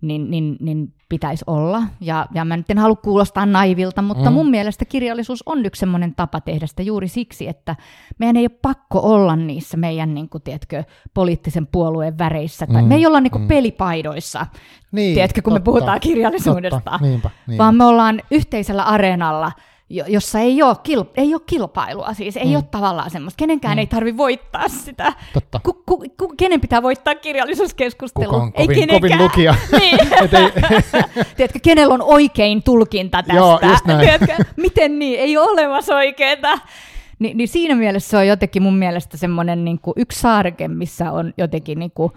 niin, niin, niin pitäisi olla. Ja, ja mä nyt en halua kuulostaa naivilta, mutta mm. mun mielestä kirjallisuus on yksi semmoinen tapa tehdä sitä juuri siksi, että meidän ei ole pakko olla niissä meidän niin kuin, tiedätkö, poliittisen puolueen väreissä. Tai mm. me ei olla niin kuin, mm. pelipaidoissa, niin, tiedätkö, kun totta, me puhutaan kirjallisuudesta, totta, niinpä, niinpä. Vaan me ollaan yhteisellä areenalla, jossa ei ole, kil, ei ole kilpailua, siis ei mm. ole tavallaan semmoista, kenenkään mm. ei tarvitse voittaa sitä. Totta. Ku, ku, ku, kenen pitää voittaa kirjallisuuskeskustelu? Kuka on kovin, ei kovin lukija. Niin. Tiedätkö, kenellä on oikein tulkinta tästä? Joo, just näin. Tiedätkö, miten niin? Ei ole olemassa oikeeta. Ni, niin siinä mielessä se on jotenkin mun mielestä semmoinen niin kuin yksi saareke, missä on jotenkin niin kuin,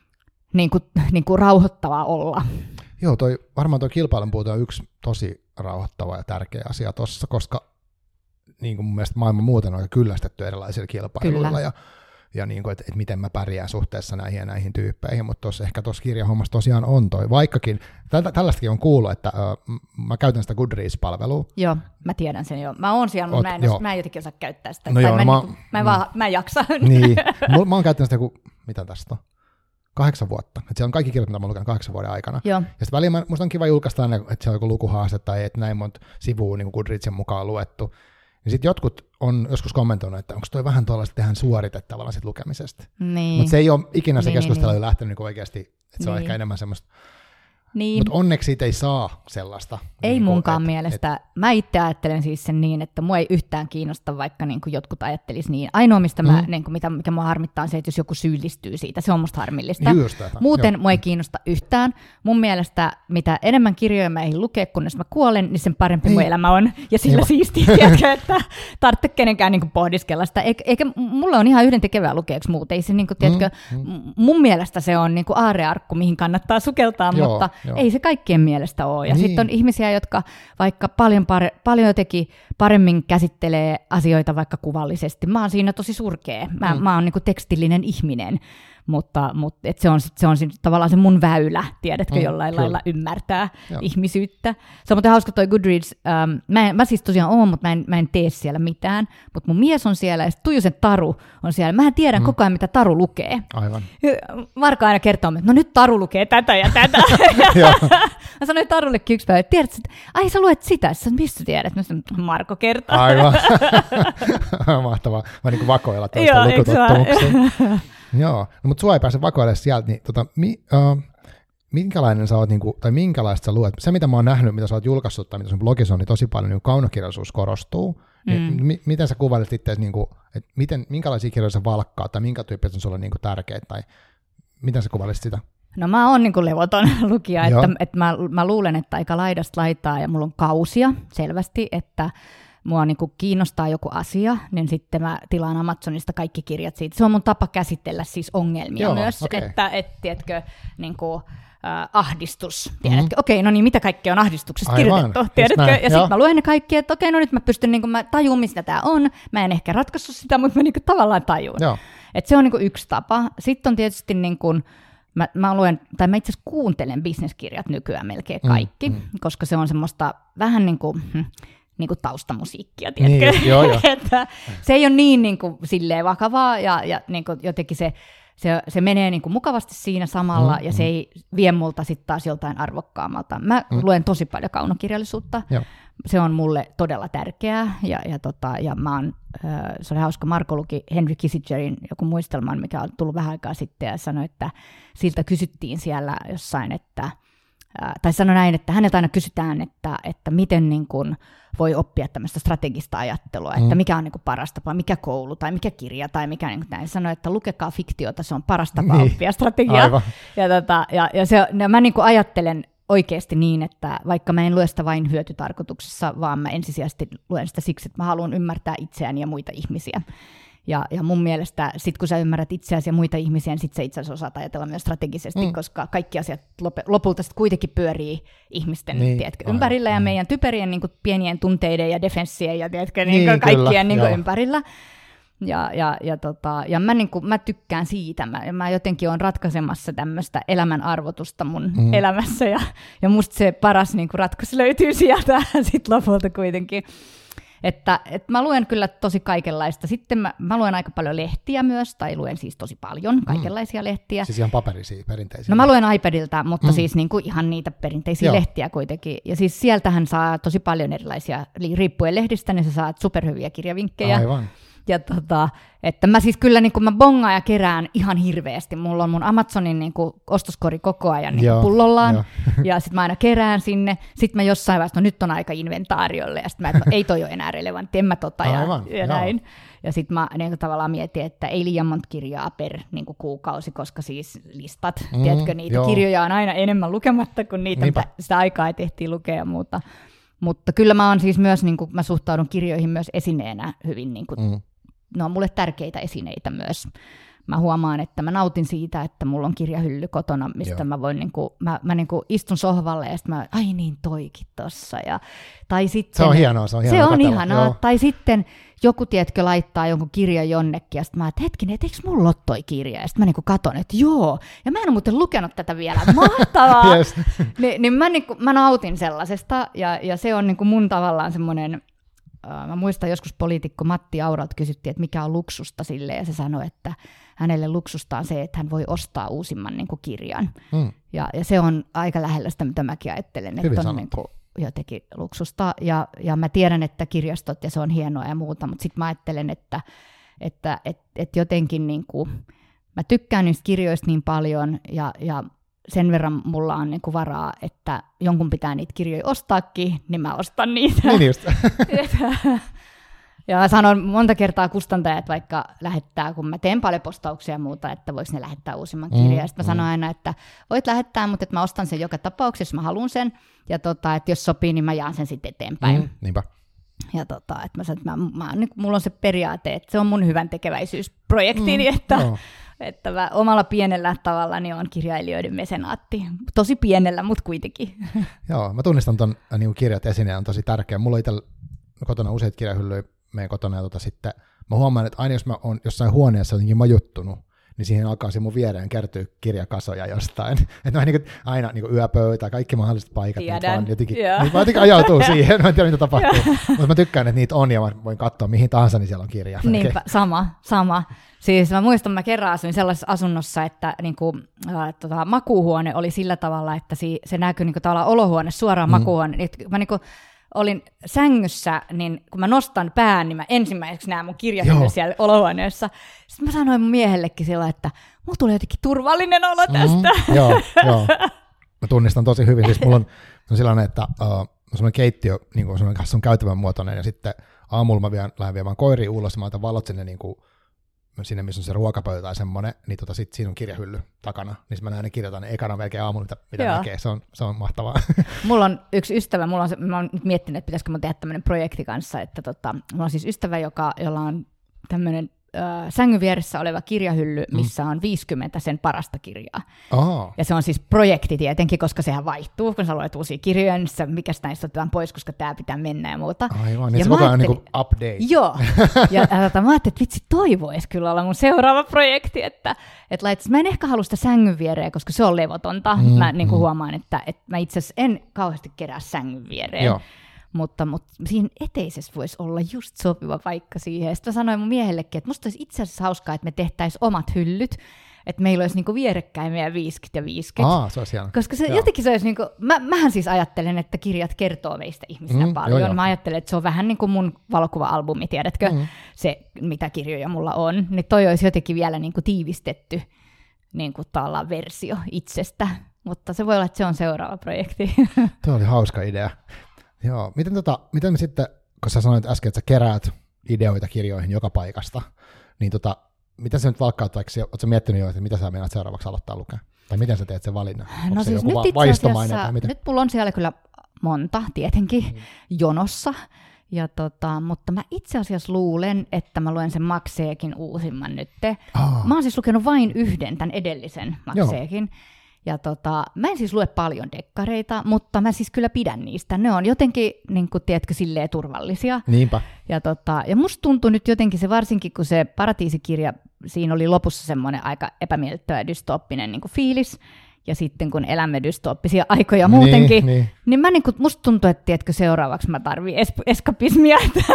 niin kuin, niin kuin rauhoittavaa olla. Joo, toi, varmaan tuo kilpailun puute on yksi tosi rauhoittava ja tärkeä asia tuossa, koska niin kuin mun mielestä maailma muuten on kyllästetty erilaisilla kilpailuilla Kyllä. ja, ja niin kuin, että, että miten mä pärjään suhteessa näihin ja näihin tyyppeihin, mutta tuossa ehkä tuossa kirjahommassa tosiaan on toi, vaikkakin tä- tällaistakin on kuullut, että äh, mä käytän sitä Goodreads-palvelua. Joo, mä tiedän sen jo. Mä oon siellä, mutta mä en, mä en jotenkin osaa käyttää sitä. No joo, mä, no mä, niin, mä, en vaan, mä en jaksa. Niin, mä, mä oon käyttänyt sitä joku, mitä tästä on? Kahdeksan vuotta. Että siellä on kaikki kirjat, mitä mä oon lukenut kahdeksan vuoden aikana. Joo. Ja sitten väliin musta on kiva julkaista aina, että siellä on joku lukuhaaste tai että näin monta sivua niin Goodreadsin mukaan luettu. Ja sitten jotkut on joskus kommentoinut, että onko toi vähän tuollaista tehdään suoritettavalla sit lukemisesta. Niin. Mutta se ei ole ikinä se niin, keskustelu niin, lähtenyt niin oikeasti, että se niin. on ehkä enemmän semmoista. Niin. Mutta onneksi siitä ei saa sellaista. Ei niin munkaan et, mielestä. Et, mä itse ajattelen siis sen niin, että mua ei yhtään kiinnosta, vaikka niin kuin jotkut ajattelis niin. Ainoa, mistä mä, mm. niin kuin, mitä, mikä mua harmittaa, on se, että jos joku syyllistyy siitä. Se on musta harmillista. Muuten Joo. mua ei kiinnosta yhtään. Mun mielestä mitä enemmän kirjoja mä ei lukea, kunnes mä kuolen, niin sen parempi niin. mun elämä on. Ja sillä siistiä, tiedätkö, että tarvitse kenenkään niin kuin pohdiskella sitä. Eikä, eikä mulle on ihan yhdentekevää lukeeksi muuten. Ei se, niin kuin, tiedätkö, mm. mun mielestä se on niin kuin aarrearkku, mihin kannattaa sukeltaa, Joo, mutta jo. ei se kaikkien mielestä ole. Ja niin. sitten on ihmisiä, jotka vaikka paljon, pare, paljon jotenkin paremmin käsittelee asioita vaikka kuvallisesti. Mä oon siinä tosi surkea. Mä, mm. mä oon niinku tekstillinen ihminen, mutta, mutta et se on, se on tavallaan se mun väylä, tiedätkö, mm, jollain kyllä. lailla ymmärtää Joo. ihmisyyttä. Se on muuten hauska toi Goodreads. Ähm, mä, mä siis tosiaan oon, mutta mä en, mä en tee siellä mitään. Mutta mun mies on siellä ja Tuijosen Taru on siellä. Mähän tiedän mm. koko ajan, mitä Taru lukee. Aivan. Marko aina kertoo, että no nyt Taru lukee tätä ja tätä. Mä sanoin Tarullekin yksi päivä, että tiedätkö, että ai sä luet sitä. Sä mistä tiedät? Mä sanoin, Marko kertoo. Aivan. Mahtavaa. Mä niin kuin vakoilla toista lukutottumuksia. Joo, no, mutta sua ei pääse vakoilemaan sieltä, niin tota, mi, uh, minkälainen sä oot, niinku, tai minkälaista sä luet? Se, mitä mä oon nähnyt, mitä sä oot julkaissut, tai mitä sun blogissa on, niin tosi paljon niin kaunokirjallisuus korostuu. Mm. Niin, mi, miten sä kuvailet itseäsi, niinku, että miten, minkälaisia kirjoja sä valkkaat, tai minkä tyyppiset on sulle niinku tärkeät, tai miten sä kuvailisit sitä? No mä oon niinku levoton lukija, että, että mä, mä luulen, että aika laidasta laitaa, ja mulla on kausia selvästi, että mua niinku kiinnostaa joku asia, niin sitten mä tilaan Amazonista kaikki kirjat siitä. Se on mun tapa käsitellä siis ongelmia Joo, myös, okay. että et, tiedätkö, niinku, äh, ahdistus, tiedätkö, mm-hmm. okei, okay, no niin, mitä kaikkea on ahdistuksesta Aivan, kirjoitettu, tiedätkö, ja sitten mä luen ne kaikki, että okei, okay, no nyt mä pystyn, niinku, mä tajun, mistä tää on, mä en ehkä ratkaissut sitä, mutta mä niinku tavallaan tajun. Että se on niinku yksi tapa. Sitten on tietysti niinku, Mä, mä luen, tai mä itse asiassa kuuntelen bisneskirjat nykyään melkein kaikki, mm-hmm. koska se on semmoista vähän niin kuin, niin kuin taustamusiikkia, tiedätkö? Niin, joo, joo. Että se ei ole niin, niin kuin, silleen vakavaa, ja, ja niin kuin, jotenkin se, se, se menee niin kuin mukavasti siinä samalla, mm, ja se mm. ei vie multa sitten taas joltain arvokkaammalta. Mä mm. luen tosi paljon kaunokirjallisuutta. Joo. Se on mulle todella tärkeää, ja, ja, tota, ja mä oon, se oli hauska, Marko luki Henry Kissingerin joku muistelman, mikä on tullut vähän aikaa sitten, ja sanoi, että siltä kysyttiin siellä jossain, että tai sanoi näin, että häneltä aina kysytään, että, että miten niin kuin voi oppia tämmöistä strategista ajattelua, mm. että mikä on niin kuin paras tapa, mikä koulu tai mikä kirja tai mikä niin kuin näin. Sanoi, että lukekaa fiktiota, se on paras tapa niin. oppia strategiaa. Aivan. Ja, tota, ja, ja, se, ja mä niin kuin ajattelen oikeasti niin, että vaikka mä en lue sitä vain hyötytarkoituksessa, vaan mä ensisijaisesti luen sitä siksi, että mä haluan ymmärtää itseäni ja muita ihmisiä. Ja, ja mun mielestä sit kun sä ymmärrät itseäsi ja muita ihmisiä, niin sit sä itse asiassa osaat ajatella myös strategisesti, mm. koska kaikki asiat lop- lopulta sit kuitenkin pyörii ihmisten niin, tiedätkö, ympärillä ja mm. meidän typerien niin kuin pienien tunteiden ja defenssien ja tiedätkö, niin, niin, kaikkien niin kuin ympärillä. Ja, ja, ja, tota, ja mä, niin kuin, mä tykkään siitä. Mä, mä jotenkin oon ratkaisemassa tämmöistä elämän arvotusta mun mm. elämässä. Ja, ja musta se paras niin kuin ratkaisu löytyy sieltä sit lopulta kuitenkin. Että, että mä luen kyllä tosi kaikenlaista. Sitten mä, mä luen aika paljon lehtiä myös, tai luen siis tosi paljon kaikenlaisia mm. lehtiä. Siis ihan paperisia, perinteisiä? No mä luen iPadilta, mutta mm. siis niin kuin ihan niitä perinteisiä Joo. lehtiä kuitenkin. Ja siis sieltähän saa tosi paljon erilaisia, riippuen lehdistä, niin sä saat superhyviä kirjavinkkejä. Aivan. Ja tota, että mä siis kyllä niin kuin mä bongaan ja kerään ihan hirveästi. Mulla on mun Amazonin niin kuin ostoskori koko ajan niin kuin pullollaan. Jo. Ja sit mä aina kerään sinne. Sitten mä jossain vaiheessa, no nyt on aika inventaariolle. Ja sit mä, että no, ei toi ole enää relevantti, en mä tota Aivan, ja, ja näin. Ja sit mä niin kuin tavallaan mietin, että ei liian monta kirjaa per niin kuin kuukausi, koska siis listat, mm, tiedätkö, niitä joo. kirjoja on aina enemmän lukematta, kun niitä mitä, sitä aikaa ei tehtiin lukea ja muuta. Mutta kyllä mä oon siis myös, niin kuin, mä suhtaudun kirjoihin myös esineenä hyvin niin kuin, mm. ne on mulle tärkeitä esineitä myös. Mä huomaan, että mä nautin siitä, että mulla on kirjahylly kotona, mistä Joo. mä voin, niinku, mä, mä niinku istun sohvalle ja sitten mä, ai niin toikin tossa. Ja, tai sitten, se on hienoa, se on hienoa. Se on katsella. ihanaa. Joo. Tai sitten joku, tiedätkö, laittaa jonkun kirjan jonnekin ja sitten mä, että hetkinen, että eikö mulla ole toi kirja? Ja sitten mä niinku katon, että joo. Ja mä en ole muuten lukenut tätä vielä. Mahtavaa! yes. Ni, niin mä, niinku, mä nautin sellaisesta ja, ja se on niinku mun tavallaan semmoinen. Mä muistan joskus poliitikko Matti Auralta kysyttiin, että mikä on luksusta sille, ja se sanoi, että hänelle luksusta on se, että hän voi ostaa uusimman niin kuin kirjan. Mm. Ja, ja se on aika lähellä sitä, mitä mäkin ajattelen, Hyvin että on niin kuin jotenkin luksusta. Ja, ja mä tiedän, että kirjastot ja se on hienoa ja muuta, mutta sitten mä ajattelen, että, että et, et jotenkin niin kuin, mä tykkään niistä kirjoista niin paljon, ja, ja sen verran mulla on niinku varaa, että jonkun pitää niitä kirjoja ostaakin, niin mä ostan niitä. Niin just. Ja mä sanon monta kertaa kustantajat vaikka lähettää, kun mä teen paljon postauksia ja muuta, että voiko ne lähettää uusimman kirjan. Mm, ja sitten mä mm. sanon aina, että voit lähettää, mutta että mä ostan sen joka tapauksessa, jos mä haluan sen. Ja tota, että jos sopii, niin mä jaan sen sitten eteenpäin. Mm, niinpä. Ja tota, että mä sanon, että mä, mä, niin, mulla on se periaate, että se on mun hyvän tekeväisyysprojektini, mm, että... No. Että mä omalla pienellä tavallani on kirjailijoiden mesenaatti. Tosi pienellä, mutta kuitenkin. Joo, mä tunnistan ton niin kirjat esineen on tosi tärkeä. Mulla on itsellä kotona useita kirjahyllyjä meidän kotona, ja tota sitten mä huomaan, että aina jos mä oon jossain huoneessa jotenkin majuttunut, niin siihen alkaa se mun viereen kertyä kirjakasoja jostain. Että niin aina niin yöpöytä, kaikki mahdolliset paikat, niin vaan jotenkin, niin mä jotenkin ajautuu siihen, mä en tiedä mitä tapahtuu. Mutta mä tykkään, että niitä on, ja mä voin katsoa mihin tahansa, niin siellä on kirja. Niinpä, okay. sama, sama. Siis mä muistan, mä kerran asuin sellaisessa asunnossa, että niinku, äh, tota, makuuhuone oli sillä tavalla, että si, se näkyi niinku, tavallaan olohuone suoraan mm. makuuhuone. Mä niinku, olin sängyssä, niin kun mä nostan pään, niin mä ensimmäiseksi näen mun kirjahylly siellä olohuoneessa. Sitten mä sanoin mun miehellekin sillä, että mulla tulee jotenkin turvallinen olo tästä. Mm, joo, joo. Mä tunnistan tosi hyvin. Siis mulla on, on sellainen, että uh, semmoinen keittiö, niin kuin semmoinen on käytävän muotoinen, ja sitten aamulla mä vien, lähden viemään koiriin ulos, ja mä laitan valot sinne, niin kuin, sinne missä on se ruokapöytä tai semmoinen, niin tota, sit siinä on kirjahylly takana, niin mä näen ne kirjoitan ne ekana melkein aamulla, mitä, mitä näkee, se on, se on mahtavaa. Mulla on yksi ystävä, mulla on se, mä oon nyt miettinyt, että pitäisikö mun tehdä tämmöinen projekti kanssa, että tota, mulla on siis ystävä, joka, jolla on tämmöinen äh, sängyn vieressä oleva kirjahylly, missä on viisikymmentä sen parasta kirjaa. Oh. Ja se on siis projekti tietenkin, koska sehän vaihtuu, kun sä luet uusia kirjoja, niin se, mikäs näistä otetaan pois, koska tää pitää mennä ja muuta. Aivan, niin se koko ajan niin kuin update. Joo, ja tota, mä ajattelin, että vitsi, toi voisi kyllä olla mun seuraava projekti, että et laitais, mä en ehkä halua sitä sängyn viereen, koska se on levotonta. Mm, mä niin kuin mm. huomaan, että, että mä itse asiassa en kauheasti kerää sängyn viereen. Joo. Mutta, mutta siinä eteisessä voisi olla just sopiva paikka siihen. Sitten mä sanoin mun miehellekin, että musta olisi itse asiassa hauskaa, että me tehtäisiin omat hyllyt, että meillä olisi niinku vierekkäin meidän viisikymmentä ja viisikymmentä. Aa, se olisi hieno. Koska se Joo. jotenkin se olisi, niinku, mä, mähän siis ajattelen, että kirjat kertoo meistä ihmisinä mm, paljon. Joo, joo. Mä ajattelen, että se on vähän niin kuin mun valokuva-albumi, tiedätkö, mm. se mitä kirjoja mulla on. Niin toi olisi jotenkin vielä niinku tiivistetty niinku versio itsestä. Mutta se voi olla, että se on seuraava projekti. Tuo oli hauska idea. Joo, miten, tota, miten me sitten, kun sä sanoit äsken, että sä keräät ideoita kirjoihin joka paikasta, niin tota, miten sä nyt valkkaat, vaikka ootko sä miettinyt jo, että mitä sä meinaat seuraavaksi aloittaa lukea? Tai miten sä teet sen valinnan? Onko no se siis joku nyt va- vaistomainen tai miten? Nyt mulla on siellä kyllä monta tietenkin mm. jonossa, ja tota, mutta mä itse asiassa luulen, että mä luen sen Maxeekin uusimman nyt. Oh. Mä oon siis lukenut vain yhden, tämän edellisen Maxeekin. Ja tota, mä en siis lue paljon dekkareita, mutta mä siis kyllä pidän niistä. Ne on jotenkin, niin kuin, tiedätkö, silleen turvallisia. Niinpä. Ja, tota, ja musta tuntui nyt jotenkin se, varsinkin kun se Paratiisikirja, siinä oli lopussa semmoinen aika epämiellyttävä dystooppinen niin kuin fiilis. ja sitten kun elämme dystooppisia aikoja muutenkin, niin, niin. niin mä niinku, musta tuntuu, että tiedätkö, seuraavaksi mä tarviin es- eskapismia.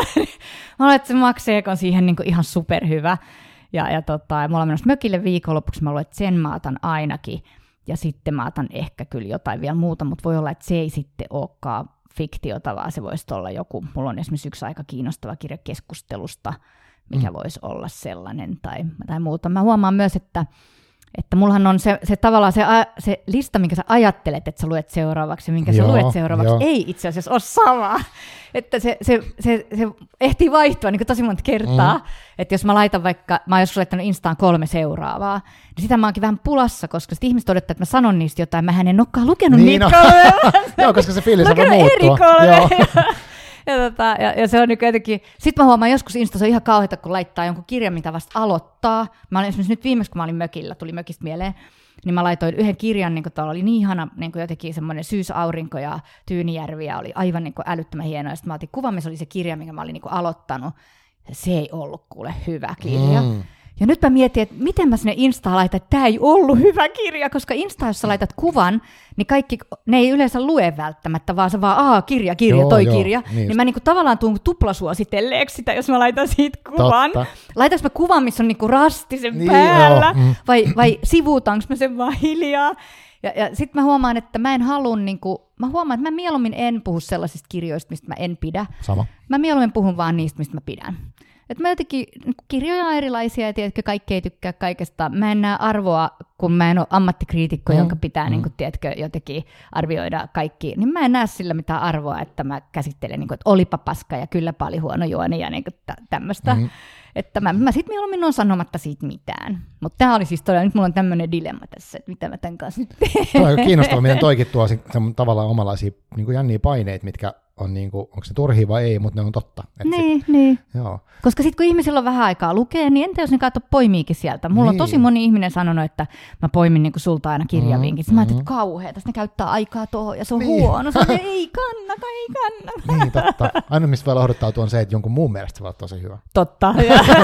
Mä olen, että se Max on siihen niinku ihan superhyvä. Ja, ja, tota, ja mulla on menossa mökille viikonlopuksi, mä luulen, että sen mä otan ainakin. Ja sitten mä otan ehkä kyllä jotain vielä muuta, mutta voi olla, että se ei sitten olekaan fiktiota, vaan se voisi olla joku, mulla on esimerkiksi yksi aika kiinnostava kirja keskustelusta, mikä mm. voisi olla sellainen tai, tai muuta. Mä huomaan myös, että, että mullahan on se, se tavallaan se, se lista, minkä sä ajattelet, että sä luet seuraavaksi, minkä joo, sä luet seuraavaksi, jo. ei itse asiassa ole sama. Että se, se, se, se ehtii vaihtua niin kuin tosi monta kertaa. Mm. Että jos mä laitan vaikka, mä oon joskus laittanut Instaan kolme seuraavaa, niin sitä mä oonkin vähän pulassa, koska sit ihmiset odottaa, että mä sanon niistä jotain, mä en olekaan lukenut niin, niitä no. kolme. Joo, koska se fiilis voi muuttua. Eri kolme. Ja, tota, ja, ja se on niin jotenkin, sit mä huomaan joskus Instassa ihan kauheita, kun laittaa jonkun kirjan, mitä vasta aloittaa. Mä olin esimerkiksi nyt viimeksi, kun mä olin mökillä, tuli mökistä mieleen, niin mä laitoin yhden kirjan, niin kun tuolla oli niin ihana, niin jotenkin semmoinen syysaurinko ja Tyynijärvi, ja oli aivan niin älyttömän hienoa. Ja sitten mä otin kuvan, missä oli se kirja, minkä mä olin niin aloittanut. Ja se ei ollut kuule hyvä kirja. Mm. Ja nyt mä mietin, että miten mä sinne Instaan laitan, että tämä ei ollut hyvä kirja, koska Instaan, jos sä laitat kuvan, niin kaikki, ne ei yleensä lue välttämättä, vaan se vaan, aa, kirja, kirja, joo, toi joo, kirja. Niin, niin mä niinku tavallaan tuun tuplasuositelleeksi sitä, jos mä laitan siitä kuvan. Totta. Laitanko mä kuvan, missä on niinku rasti sen niin, päällä, mm. vai, vai sivuutanko mä sen vaan hiljaa? Ja, ja sit mä huomaan, että mä en halua, niinku, mä huomaan, että mä mieluummin en puhu sellaisista kirjoista, mistä mä en pidä. Sama. Mä mieluummin puhun vaan niistä, mistä mä pidän. Et mä jotenkin, kirjoja on erilaisia ja tiedätkö, kaikki ei tykkää kaikesta. Mä en näe arvoa, kun mä en ole ammattikriitikko, mm. jonka pitää mm. niin kuin, tiedätkö, jotenkin arvioida kaikki. Niin mä en näe sillä mitään arvoa, että mä käsittelen, niin kuin, että olipa paska ja kylläpä oli huono juoni ja niin kuin, tä- tämmöistä. Mm. Että mä, mä sit mieluummin on sanomatta siitä mitään. Mutta tää oli siis todella, nyt mulla on tämmöinen dilemma tässä, että mitä mä tämän kanssa nyt teen. Tuo on aika kiinnostavaa, miten toikin tuo tavallaan omalaisia niin kuin jänniä paineita, mitkä on niin kuin, onko se turhia vai ei, mutta ne on totta. Et niin, sit, niin. Joo. Koska sitten kun ihmisillä on vähän aikaa lukea, niin entä jos ne katsoo poimiikin sieltä? Mulla niin. on tosi moni ihminen sanonut, että mä poimin niin kuin sulta aina kirjavinkin. Mm, mä ajattelin, että kauheeta, ne käyttää aikaa tuohon ja se on niin. huono. Se on, ei kannata, ei kannata. Niin, totta. Ainoa, mistä voi lohduttautua on se, että jonkun muun mielestä se voi olla tosi hyvä. Totta.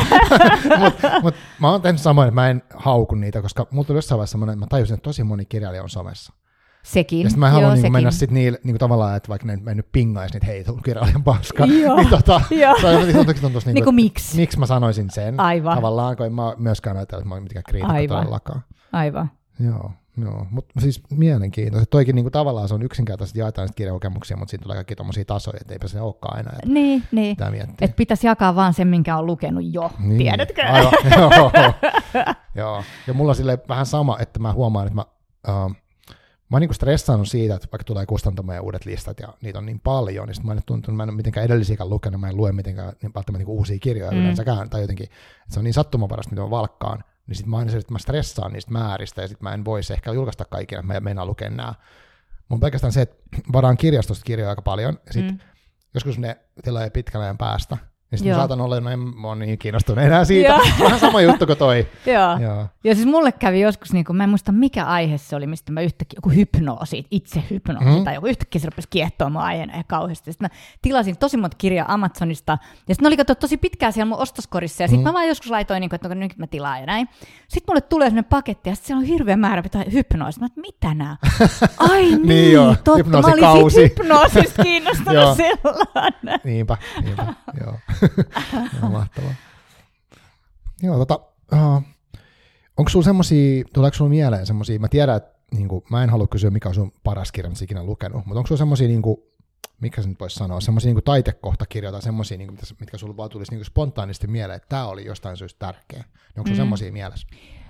Mutta mut, mä oon tehnyt samoin, että mä en hauku niitä, koska mulla tuli jossain vaiheessa semmoinen, että mä tajusin, että tosi moni kirjailija on somessa. Sekin. Ja sitten mä en halua niin mennä sitten niille niin tavallaan, että vaikka ne en nyt pingaisi niitä, hei, tullut kirjailijan paska. Joo. Niin tota, niin niin kuin miksi? Miksi mä sanoisin sen? Aivan. Tavallaan, kun en mä myöskään ajatella, että mä oon mitenkään kriitikko todellakaan. Aivan. Joo, joo. Mutta siis mielenkiintoista. Toikin niin kuin, tavallaan se on yksinkertaisesti jaetaan niitä kirjakokemuksia, mutta siinä tulee kaikki tommosia tasoja, että eipä se olekaan aina. Että niin, niin. Että pitäisi jakaa vaan sen, minkä on lukenut jo, niin. Tiedätkö? Aivan, joo. joo. Ja mulla on silleen vähän sama, että mä huomaan, että mä... Uh, Mä oon niinku stressaannut siitä, että vaikka tulee kustantamaan uudet listat ja niitä on niin paljon, niin sit mä en tuntunut, että mä en ole mitenkään edellisiäkään lukenut, mä en lue mitenkään niin välttämättä niinku uusia kirjoja mm. yleensäkään, tai jotenkin, että se on niin sattumavarasta, mitä mä valkkaan, niin sit mä aina se, että mä stressaan niistä määristä, ja sit mä en voisi ehkä julkaista kaikkia, että mä meinaan lukea nää. Mun pelkästään se, että varaan kirjastosta kirjoja aika paljon, ja sit mm. joskus ne tilaa pitkän ajan päästä, niin sitten saatan olla, no en ole niin kiinnostunut enää siitä. Vähän sama juttu kuin toi. Joo. Joo. Ja siis mulle kävi joskus, niin kun, mä en muista mikä aihe se oli, mistä mä yhtäkkiä, joku hypnoosi, itse hypnoosi, mm. tai joku yhtäkkiä se rupesi kiehtoa mun aiheena ja kauheasti. Sitten mä tilasin tosi monta kirjaa Amazonista, ja sitten ne oli katsottu tosi pitkään siellä mun ostoskorissa, ja sitten mm. mä vaan joskus laitoin, niin kun, että nyt mä tilaan ja näin. Sitten mulle tulee sellainen paketti, ja sitten siellä on hirveä määrä hypnoosia. Mä että mitä nää? Ai niin, niin joo, totta. Mä olin siitä hypnoosista kiinnostunut sellainen. Niinpä, niinpä, joo. Joo, mahtavaa. Joo, tota, uh, onko sulla semmosia, tuleeko sulla mieleen semmosia, mä tiedän, että niinku, mä en halua kysyä, mikä on sun paras kirja, mitä ikinä lukenut, mutta onko sulla semmosia, niinku, mikä se nyt voisi sanoa, semmosia niinku taitekohtakirjoja tai semmosia, niinku, mitkä sulla vaan tulisi niinku spontaanisti mieleen, että tää oli jostain syystä tärkeä. Niin onko sulla mm. semmosia mielessä?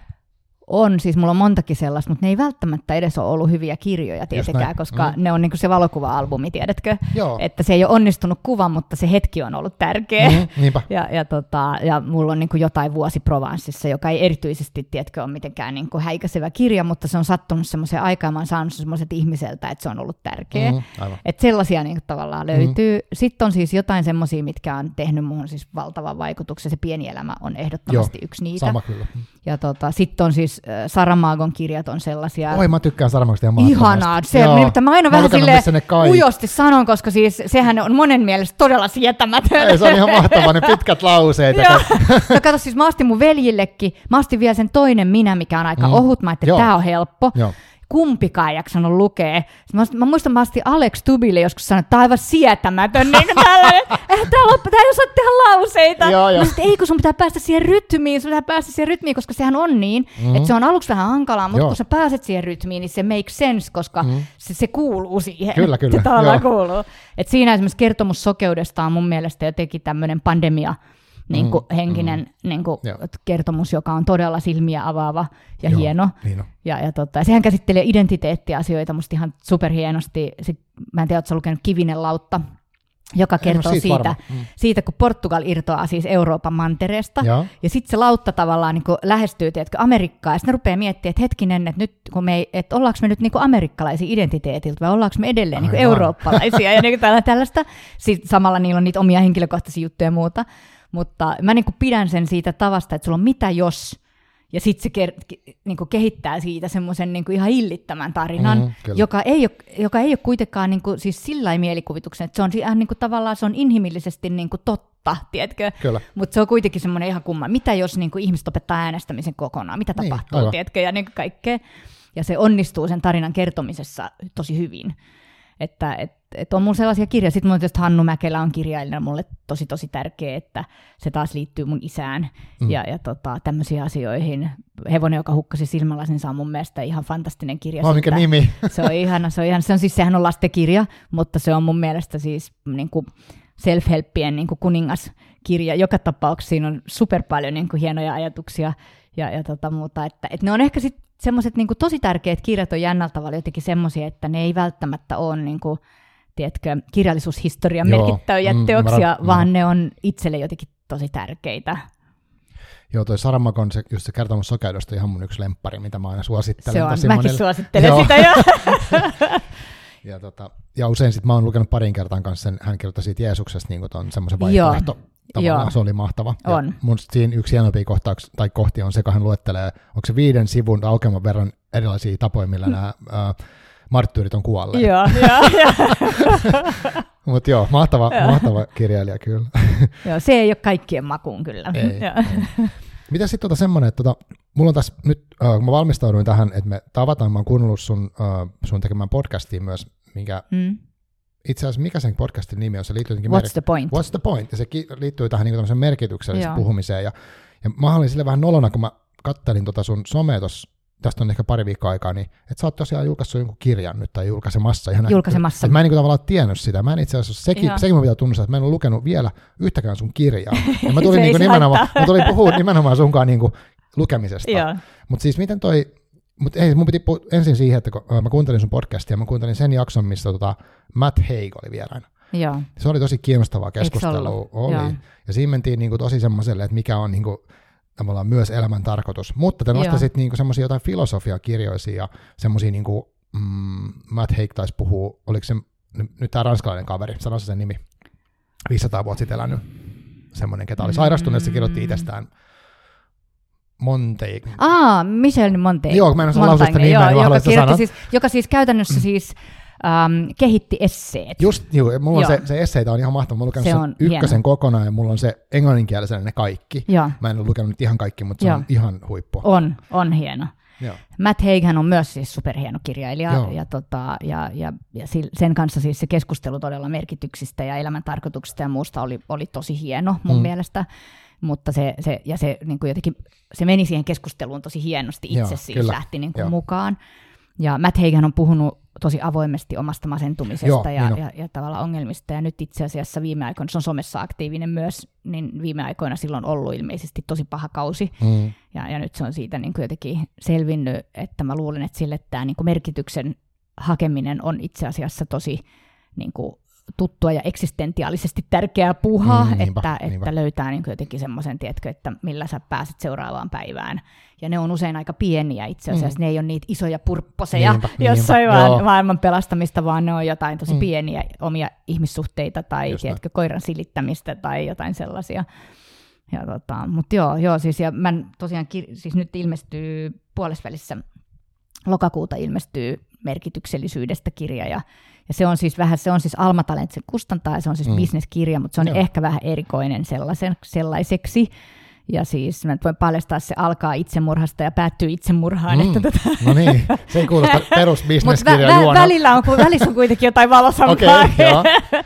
On, siis mulla on montakin sellaista, mutta ne ei välttämättä edes ole ollut hyviä kirjoja tietenkään, koska mm. ne on niinku se valokuva-albumi, tiedätkö? Joo. Että se ei ole onnistunut kuva, mutta se hetki on ollut tärkeä. Mm, niinpä. Ja, ja, tota, ja mulla on niinku jotain Vuosi Provenceissa, joka ei erityisesti, tiedätkö, ole mitenkään niinku häikäisevä kirja, mutta se on sattunut semmoiseen aikaan, mä oon saanut semmoiset ihmiseltä, että se on ollut tärkeä. Mm, että sellaisia niinku tavallaan löytyy. Mm. Sitten on siis jotain semmoisia, mitkä on tehnyt muun siis valtavan vaikutuksen. Se Pieni elämä on ehdottomasti Joo, yksi niitä. Sama kyllä. Ja tota, sitten on siis Saramaagon kirjat on sellaisia. Oi, mä tykkään Saramaagosta ihan mahtavasti. Ihanaa. Se, mä aina mä vähän silleen ujosti sanon, koska siis sehän on monen mielestä todella sietämätön. Ei, se on ihan mahtavaa, ne pitkät lauseet. No kato, siis mä ostin mun veljillekin, mä ostin vielä sen Toinen minä, mikä on aika mm. ohut, mä ajattelin, että tää on helppo. Joo. kumpikaan ei jaksanut lukea. Mä, mä muistan, mä astin Alex Tubille joskus sanoa, että tämä on aivan sietämätön, niin tällainen, että tämä ei osaa tehdä lauseita. Joo, jo. Sitten, ei, kun sun pitää päästä siihen rytmiin, sun pitää päästä siihen rytmiin, koska sehän on niin, mm-hmm. että se on aluksi vähän hankalaa, mutta joo. kun sä pääset siihen rytmiin, niin se makes sense, koska mm-hmm. se, se kuuluu siihen. Kyllä, kyllä. Se tavallaan kuuluu. Et siinä esimerkiksi kertomus sokeudesta on mun mielestä jotenkin tämmöinen pandemia, niin kuin mm, henkinen mm, niin kuin kertomus, joka on todella silmiä avaava ja joo, hieno. Niin ja, ja, tota, ja sehän käsittelee identiteettiasioita musta ihan superhienosti. Sit, mä en tiedä, ootko lukenut Kivinen lautta, joka kertoo siitä, siitä, mm. siitä, kun Portugal irtoaa siis Euroopan mantereesta. Ja, ja sitten se lautta tavallaan niin kuin lähestyy tiedätkö, Amerikkaa, ja sitten ne rupeaa miettimään, että hetkinen, että, nyt, kun me ei, että ollaanko me nyt niin kuin amerikkalaisia identiteetiltä, vai ollaanko me edelleen niin kuin eurooppalaisia, ja niin kuin tällaista. Sitten samalla niillä on niitä omia henkilökohtaisia juttuja ja muuta. Mutta mä niin kuin pidän sen siitä tavasta, että sulla on mitä jos, ja sitten se ker- niin kuin kehittää siitä semmoisen niin kuin ihan illittämän tarinan, mm, joka, ei ole, joka ei ole kuitenkaan niin kuin, siis sillä mielikuvituksen, että se on ihan niin kuin, tavallaan se on inhimillisesti niin kuin totta, tiedätkö? Mutta se on kuitenkin semmoinen ihan kumma. Mitä jos niin kuin ihmiset opettaa äänestämisen kokonaan? Mitä niin, tapahtuu, aivan. tiedätkö? Ja niin kuin kaikkea. Ja se onnistuu sen tarinan kertomisessa tosi hyvin. Että et, et on mun sellaisia kirjoja. Sitten mun tietysti Hannu Mäkelä on kirjailijana mulle tosi tosi tärkeä, että se taas liittyy mun isään mm. ja, ja tota, tämmöisiin asioihin. Hevonen, joka hukkasi silmälasinsa, on mun mielestä ihan fantastinen kirja. Oh, mikä nimi? Se on ihana, se on ihana. Se on siis, sehän on lastenkirja, mutta se on mun mielestä siis niin kuin self-helppien niin kuin kuningaskirja. Joka tapauksessa siinä on super paljon niin kuin hienoja ajatuksia ja, ja tota muuta. Että, et ne on ehkä sitten semmoiset niin kuin tosi tärkeät kirjat on jännällä tavalla jotenkin semmoisia, että ne ei välttämättä ole niin kuin, tiedätkö, kirjallisuushistorian merkittäviä mm, teoksia, mä, vaan mm. ne on itselle jotenkin tosi tärkeitä. Joo, toi Saramakon, se, just se kertomus sokeudesta, ihan mun yksi lemppari, mitä mä aina suosittelen. Se on, mäkin suosittelen joo. sitä jo. ja, tota, ja usein sit mä oon lukenut parin kertaan kanssa sen, hän kirjoitti siitä Jeesuksesta niin kuin ton semmoisen vaihtoehto. Tavallaan se oli mahtava. On. Ja mun siinä yksi hienompia kohtauksia tai kohtia on se, kun hän luettelee, onko se viiden sivun aukeaman verran erilaisia tapoja, millä mm. nämä äh, marttyyrit on kuolleet. Joo, joo. Mutta joo, mahtava, mahtava kirjailija kyllä. Joo, se ei ole kaikkien makuun kyllä. Ei, ei. Mitä sitten tota semmoinen, että tota, mulla on tässä nyt, äh, kun mä valmistauduin tähän, että me tavataan, mä oon kuunnellut sun, äh, sun tekemään podcastiin myös, minkä mm. itse asiassa mikä sen podcastin nimi on, se liittyy jotenkin... What's mer- the point? What's the point? Ja se ki- liittyy tähän niin tämmöiseen merkitykselliseen puhumiseen. Ja, ja mä olin sille vähän nolona, kun mä kattelin tota sun somea tossa, tästä on ehkä pari viikkoa aikaa, niin että sä oot tosiaan julkaissut jonkun kirjan nyt tai julkaisemassa. Ihan julkaisemassa. Että mä en niin kuin tavallaan tiennyt sitä. Mä en itse asiassa, sekin, sekin mä pitää tunnustaa, että mä en ole lukenut vielä yhtäkään sun kirjaa. Ja mä tulin, niin kuin nimenomaan, mä tulin puhua nimenomaan sunkaan niin kuin lukemisesta. Mutta siis miten toi... Mutta ei, mun piti puhua ensin siihen, että kun mä kuuntelin sun podcastia, mä kuuntelin sen jakson, missä tota Matt Haig oli vieraana. Joo. Se oli tosi kiinnostavaa keskustelua. Oli. Ja siinä mentiin niinku tosi semmoiselle, että mikä on niinku, tavallaan myös elämän tarkoitus. Mutta te nostasit niinku semmoisia jotain filosofiakirjoisia ja semmoisia, niinku, mm, Matt Haig taisi puhua, oliko se nyt tämä ranskalainen kaveri, sanoisi sen nimi, viisisataa vuotta sitten elänyt, semmoinen, ketä oli sairastunut, että se kirjoitti itsestään Montaigne. Ah, Michel Montaigne. Joo, mä en osaa lausua sitä nimeä, niin joka, kirjoitti siis, joka siis käytännössä mm. siis ähm, kehitti esseet. Just, joo, mulla on se, se esseitä on ihan mahtava. Mä oon lukenut se sen ykkösen hieno. Kokonaan ja mulla on se englanninkielisenä ne kaikki. Joo. Mä en ole lukenut nyt ihan kaikki, mutta se joo. on ihan huippu. On, on hieno. Joo. Matt Haig on myös siis superhieno kirjailija ja, ja, tota, ja, ja, ja sen kanssa siis se keskustelu todella merkityksistä ja elämän tarkoituksista ja muusta oli, oli tosi hieno mun mm. mielestä. Mutta se, se, ja se, niin kuin jotenkin, se meni siihen keskusteluun tosi hienosti itse, joo, siis kyllä. lähti niin kuin mukaan. Ja Matt Haig on puhunut tosi avoimesti omasta masentumisesta joo, ja, niin ja, ja tavallaan ongelmista. Ja nyt itse asiassa viime aikoina, se on somessa aktiivinen myös, niin viime aikoina silloin on ollut ilmeisesti tosi paha kausi. Mm. Ja, ja nyt se on siitä niin kuin jotenkin selvinnyt, että mä luulen, että sille tämä niin kuin merkityksen hakeminen on itse asiassa tosi... Niin kuin tuttua ja eksistentiaalisesti tärkeää puuhaa, mm, niinpä, että, niinpä. että löytää niin jotenkin semmoisen, tiedätkö, että millä sä pääset seuraavaan päivään. Ja ne on usein aika pieniä itse asiassa, mm. ne ei ole niitä isoja purpposeja niinpä, jossain niinpä. vaan Joo. maailman pelastamista, vaan ne on jotain tosi mm. pieniä omia ihmissuhteita tai tiedätkö, koiran silittämistä tai jotain sellaisia. Ja tota, mutta joo, joo siis, ja mä tosiaan, siis nyt ilmestyy puolesvälissä lokakuuta ilmestyy merkityksellisyydestä kirja ja Ja se on siis vähän, se on siis Alma Talent sen kustantaa, ja se on siis mm. bisneskirja, mutta se on Joo. ehkä vähän erikoinen sellaisen, sellaiseksi. Ja siis mä voin paljastaa, se alkaa itsemurhasta ja päättyy itsemurhaan. Mm. Että tota... No niin, se ei kuulosta perusbisneskirjan vä- juona. Välillä on, välissä on kuitenkin jotain valosampaa. Okei, joo.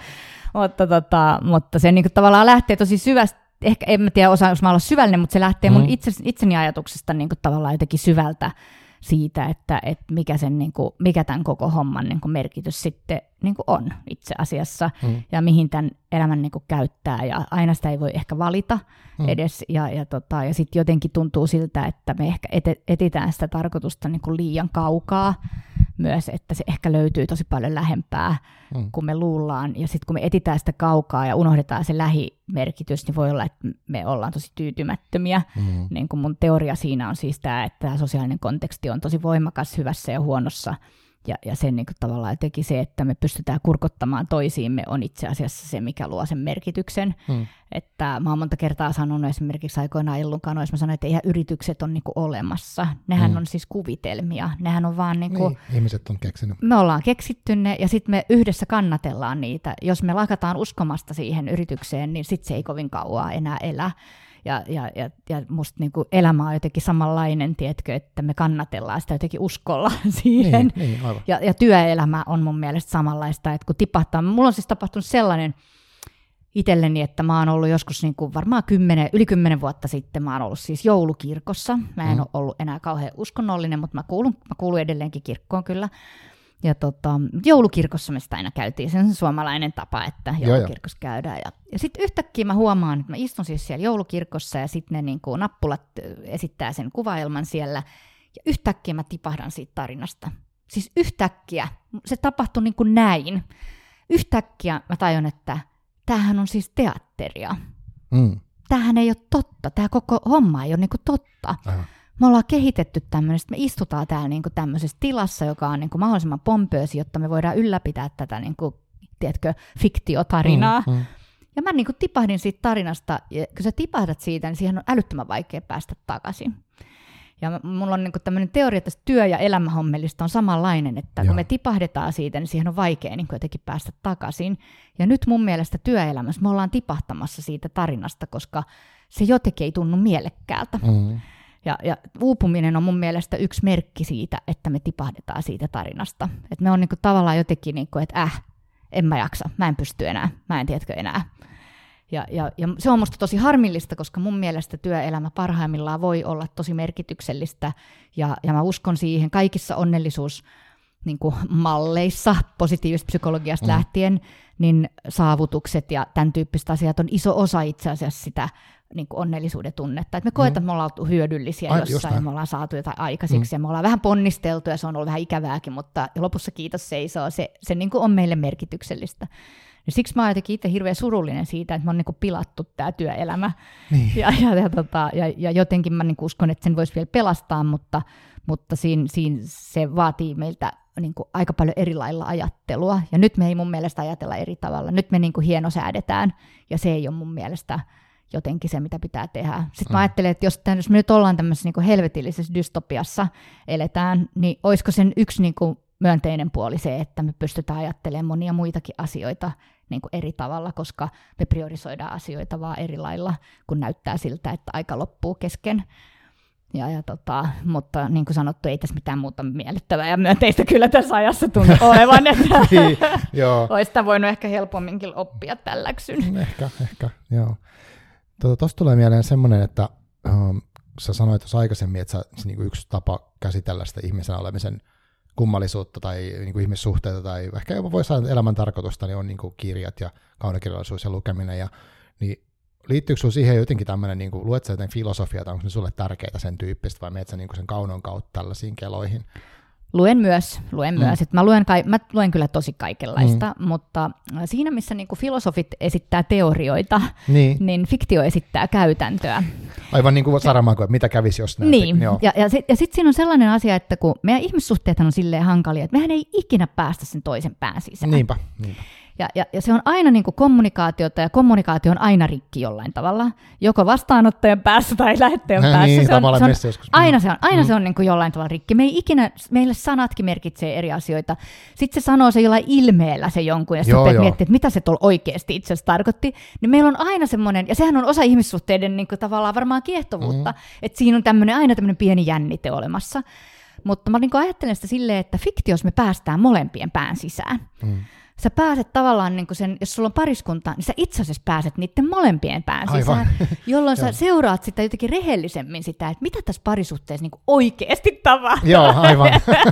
mutta, tota, mutta se niin kuin tavallaan lähtee tosi syvästi, ehkä en mä tiedä osaa, mä olla syvällinen, mutta se lähtee mun mm. itse, itseni ajatuksesta niin kuin tavallaan jotenkin syvältä siitä, että, että mikä, sen, niin kuin, mikä tämän koko homman niin kuin merkitys sitten niin kuin on itse asiassa, mm. ja mihin tämän elämän niin kuin käyttää, ja aina sitä ei voi ehkä valita mm. edes, ja, ja, tota, ja sitten jotenkin tuntuu siltä, että me ehkä et, etitään sitä tarkoitusta niin kuin liian kaukaa myös, että se ehkä löytyy tosi paljon lähempää, mm. kun me luullaan, ja sitten kun me etitään sitä kaukaa ja unohdetaan se lähimerkitys, niin voi olla, että me ollaan tosi tyytymättömiä. Mm. Niin kuin mun teoria siinä on siis tämä, että tämä sosiaalinen konteksti on tosi voimakas hyvässä ja huonossa, ja, ja sen niin kuin tavallaan jotenkin se, että me pystytään kurkottamaan toisiimme, on itse asiassa se, mikä luo sen merkityksen. Mm. Että mä oon monta kertaa sanonut esimerkiksi aikoinaan Illun kanoissa, mä sanoin, että eihän yritykset ole niin kuin olemassa. Nehän mm. on siis kuvitelmia. Nehän on vaan niin kuin... Niin, ihmiset on keksinyt. Me ollaan keksitty ne, ja sitten me yhdessä kannatellaan niitä. Jos me lakataan uskomasta siihen yritykseen, niin sitten se ei kovin kauaa enää elä. Ja, ja, ja, ja musta niinku elämä on jotenkin samanlainen, tiedätkö, että me kannatellaan sitä jotenkin uskolla siihen. Niin, niin, aivan. Ja, ja työelämä on mun mielestä samanlaista, että kun tipahtaa, mulla on siis tapahtunut sellainen itselleni, että mä oon ollut joskus niinku varmaan kymmenen, yli kymmenen vuotta sitten, mä oon ollut siis joulukirkossa. Mä en mm. ole ollut enää kauhean uskonnollinen, mutta mä kuulun, mä kuulun edelleenkin kirkkoon kyllä. Ja tota, joulukirkossa me sitä aina käytiin, se on suomalainen tapa, että joulukirkossa joo, käydään. Ja, ja sitten yhtäkkiä mä huomaan, että mä istun siis siellä joulukirkossa ja sitten ne niin kuin nappulat esittää sen kuvailman siellä. Ja yhtäkkiä mä tipahdan siitä tarinasta. Siis yhtäkkiä, se tapahtui niin kuin näin. Yhtäkkiä mä tajun, että tämähän on siis teatteria. Mm. Tämähän ei ole totta, tämä koko homma ei ole niin kuin totta. Aha. Me ollaan kehitetty tämmöistä, me istutaan täällä niinku tämmöisessä tilassa, joka on niinku mahdollisimman pompöösi, jotta me voidaan ylläpitää tätä niinku, tiedätkö, fiktiotarinaa. Mm, mm. Ja mä niinku tipahdin siitä tarinasta, ja kun sä tipahdat siitä, niin siihen on älyttömän vaikea päästä takaisin. Ja mulla on niinku tämmöinen teoria, että työ- ja elämähommelista on samanlainen, että joo, kun me tipahdetaan siitä, niin siihen on vaikea niinku jotenkin päästä takaisin. Ja nyt mun mielestä työelämässä me ollaan tipahtamassa siitä tarinasta, koska se jotenkin ei tunnu mielekkäältä. Mm. Ja, ja uupuminen on mun mielestä yksi merkki siitä, että me tipahdetaan siitä tarinasta. Että me on niinku tavallaan jotenkin, niinku, että äh, en mä jaksa, mä en pysty enää, mä en tiedätkö enää. Ja, ja, ja se on musta tosi harmillista, koska mun mielestä työelämä parhaimmillaan voi olla tosi merkityksellistä. Ja, ja mä uskon siihen kaikissa onnellisuusmalleissa, positiivisesta psykologiasta mm. lähtien, niin saavutukset ja tämän tyyppiset asiat on iso osa itse asiassa sitä niin kuin onnellisuuden tunnetta. Et me koetaan, mm. että me ollaan oltu hyödyllisiä Ai, jossain, ja me ollaan saatu jotain aikaiseksi, mm. ja me ollaan vähän ponnisteltu, ja se on ollut vähän ikävääkin, mutta lopussa kiitos seisoo. Se, se niin kuin on meille merkityksellistä. Ja siksi mä oon jotenkin itse hirveän surullinen siitä, että me on niin kuin pilattu tämä työelämä. Niin. Ja, ja, ja, tota, ja, ja jotenkin mä niin kuin uskon, että sen voisi vielä pelastaa, mutta, mutta siinä, siinä se vaatii meiltä niin kuin aika paljon eri lailla ajattelua. Ja nyt me ei mun mielestä ajatella eri tavalla. Nyt me niin kuin hienosäädetään, ja se ei ole mun mielestä jotenkin se, mitä pitää tehdä. Sitten mm. mä ajattelen, että jos, tämän, jos me nyt ollaan tämmöisessä niin kuin helvetillisessä dystopiassa eletään, niin olisiko sen yksi niin kuin myönteinen puoli se, että me pystytään ajattelemaan monia muitakin asioita niin kuin eri tavalla, koska me priorisoidaan asioita vaan eri lailla, kun näyttää siltä, että aika loppuu kesken. Ja, ja tota, mutta niin kuin sanottu, ei tässä mitään muuta miellyttävää ja myönteistä kyllä tässä ajassa tunnu olevan, että niin, olisi sitä voinut ehkä helpomminkin oppia tämän läksyn. Ehkä, ehkä, joo. Tuosta tuota, tulee mieleen semmoinen, että um, sä sanoit tuossa aikaisemmin, että sä, se, niin kuin yksi tapa käsitellä sitä ihmisen olemisen kummallisuutta tai niin kuin ihmissuhteita tai ehkä jopa voi saada elämän tarkoitusta, niin on niin kuin kirjat ja kaunokirjallisuus ja lukeminen. Ja, niin liittyykö sinulla siihen jotenkin tämmöinen, niin kuin, luet sä jotain filosofiaa, onko ne sulle tärkeitä sen tyyppistä vai menet sä niin kuin sen kaunon kautta tällaisiin keloihin? Luen myös, luen mm. myös. Et mä, luen, mä luen kyllä tosi kaikenlaista, mm. mutta siinä missä niinku filosofit esittää teorioita, niin. niin fiktio esittää käytäntöä. Aivan niin kuin Saramago, että mitä kävisi jos näin. Niin, te- ja, ja sitten sit siinä on sellainen asia, että kun meidän ihmissuhteethan on silleen hankalia, että mehän ei ikinä päästä sen toisen pään sisään. Niinpä, niinpä. Ja, ja, ja se on aina niin kuin kommunikaatiota, ja kommunikaatio on aina rikki jollain tavalla, joko vastaanottajan päässä tai lähettäjän päässä. Niin, se on, se on, aina se on, aina mm. se on niin kuin jollain tavalla rikki. Me ei ikinä, meille sanatkin merkitsee eri asioita. Sitten se sanoo se jollain ilmeellä se jonkun, ja sitten miettii, että mitä se tuolla oikeasti itse asiassa tarkoitti. Niin meillä on aina semmoinen, ja sehän on osa ihmissuhteiden niin kuin tavallaan varmaan kiehtovuutta, mm. että siinä on tämmöinen, aina tämmöinen pieni jännite olemassa. Mutta mä niin kuin ajattelen sitä silleen, että fiktiossa me päästään molempien pään sisään. Mm. Sä pääset tavallaan, niin kuin sen, jos sulla on pariskunta, niin sä itse asiassa pääset niiden molempien pään sisään, jolloin sä seuraat sitä jotenkin rehellisemmin sitä, että mitä tässä parisuhteessa niin kuin oikeasti tapahtuu. Joo, aivan.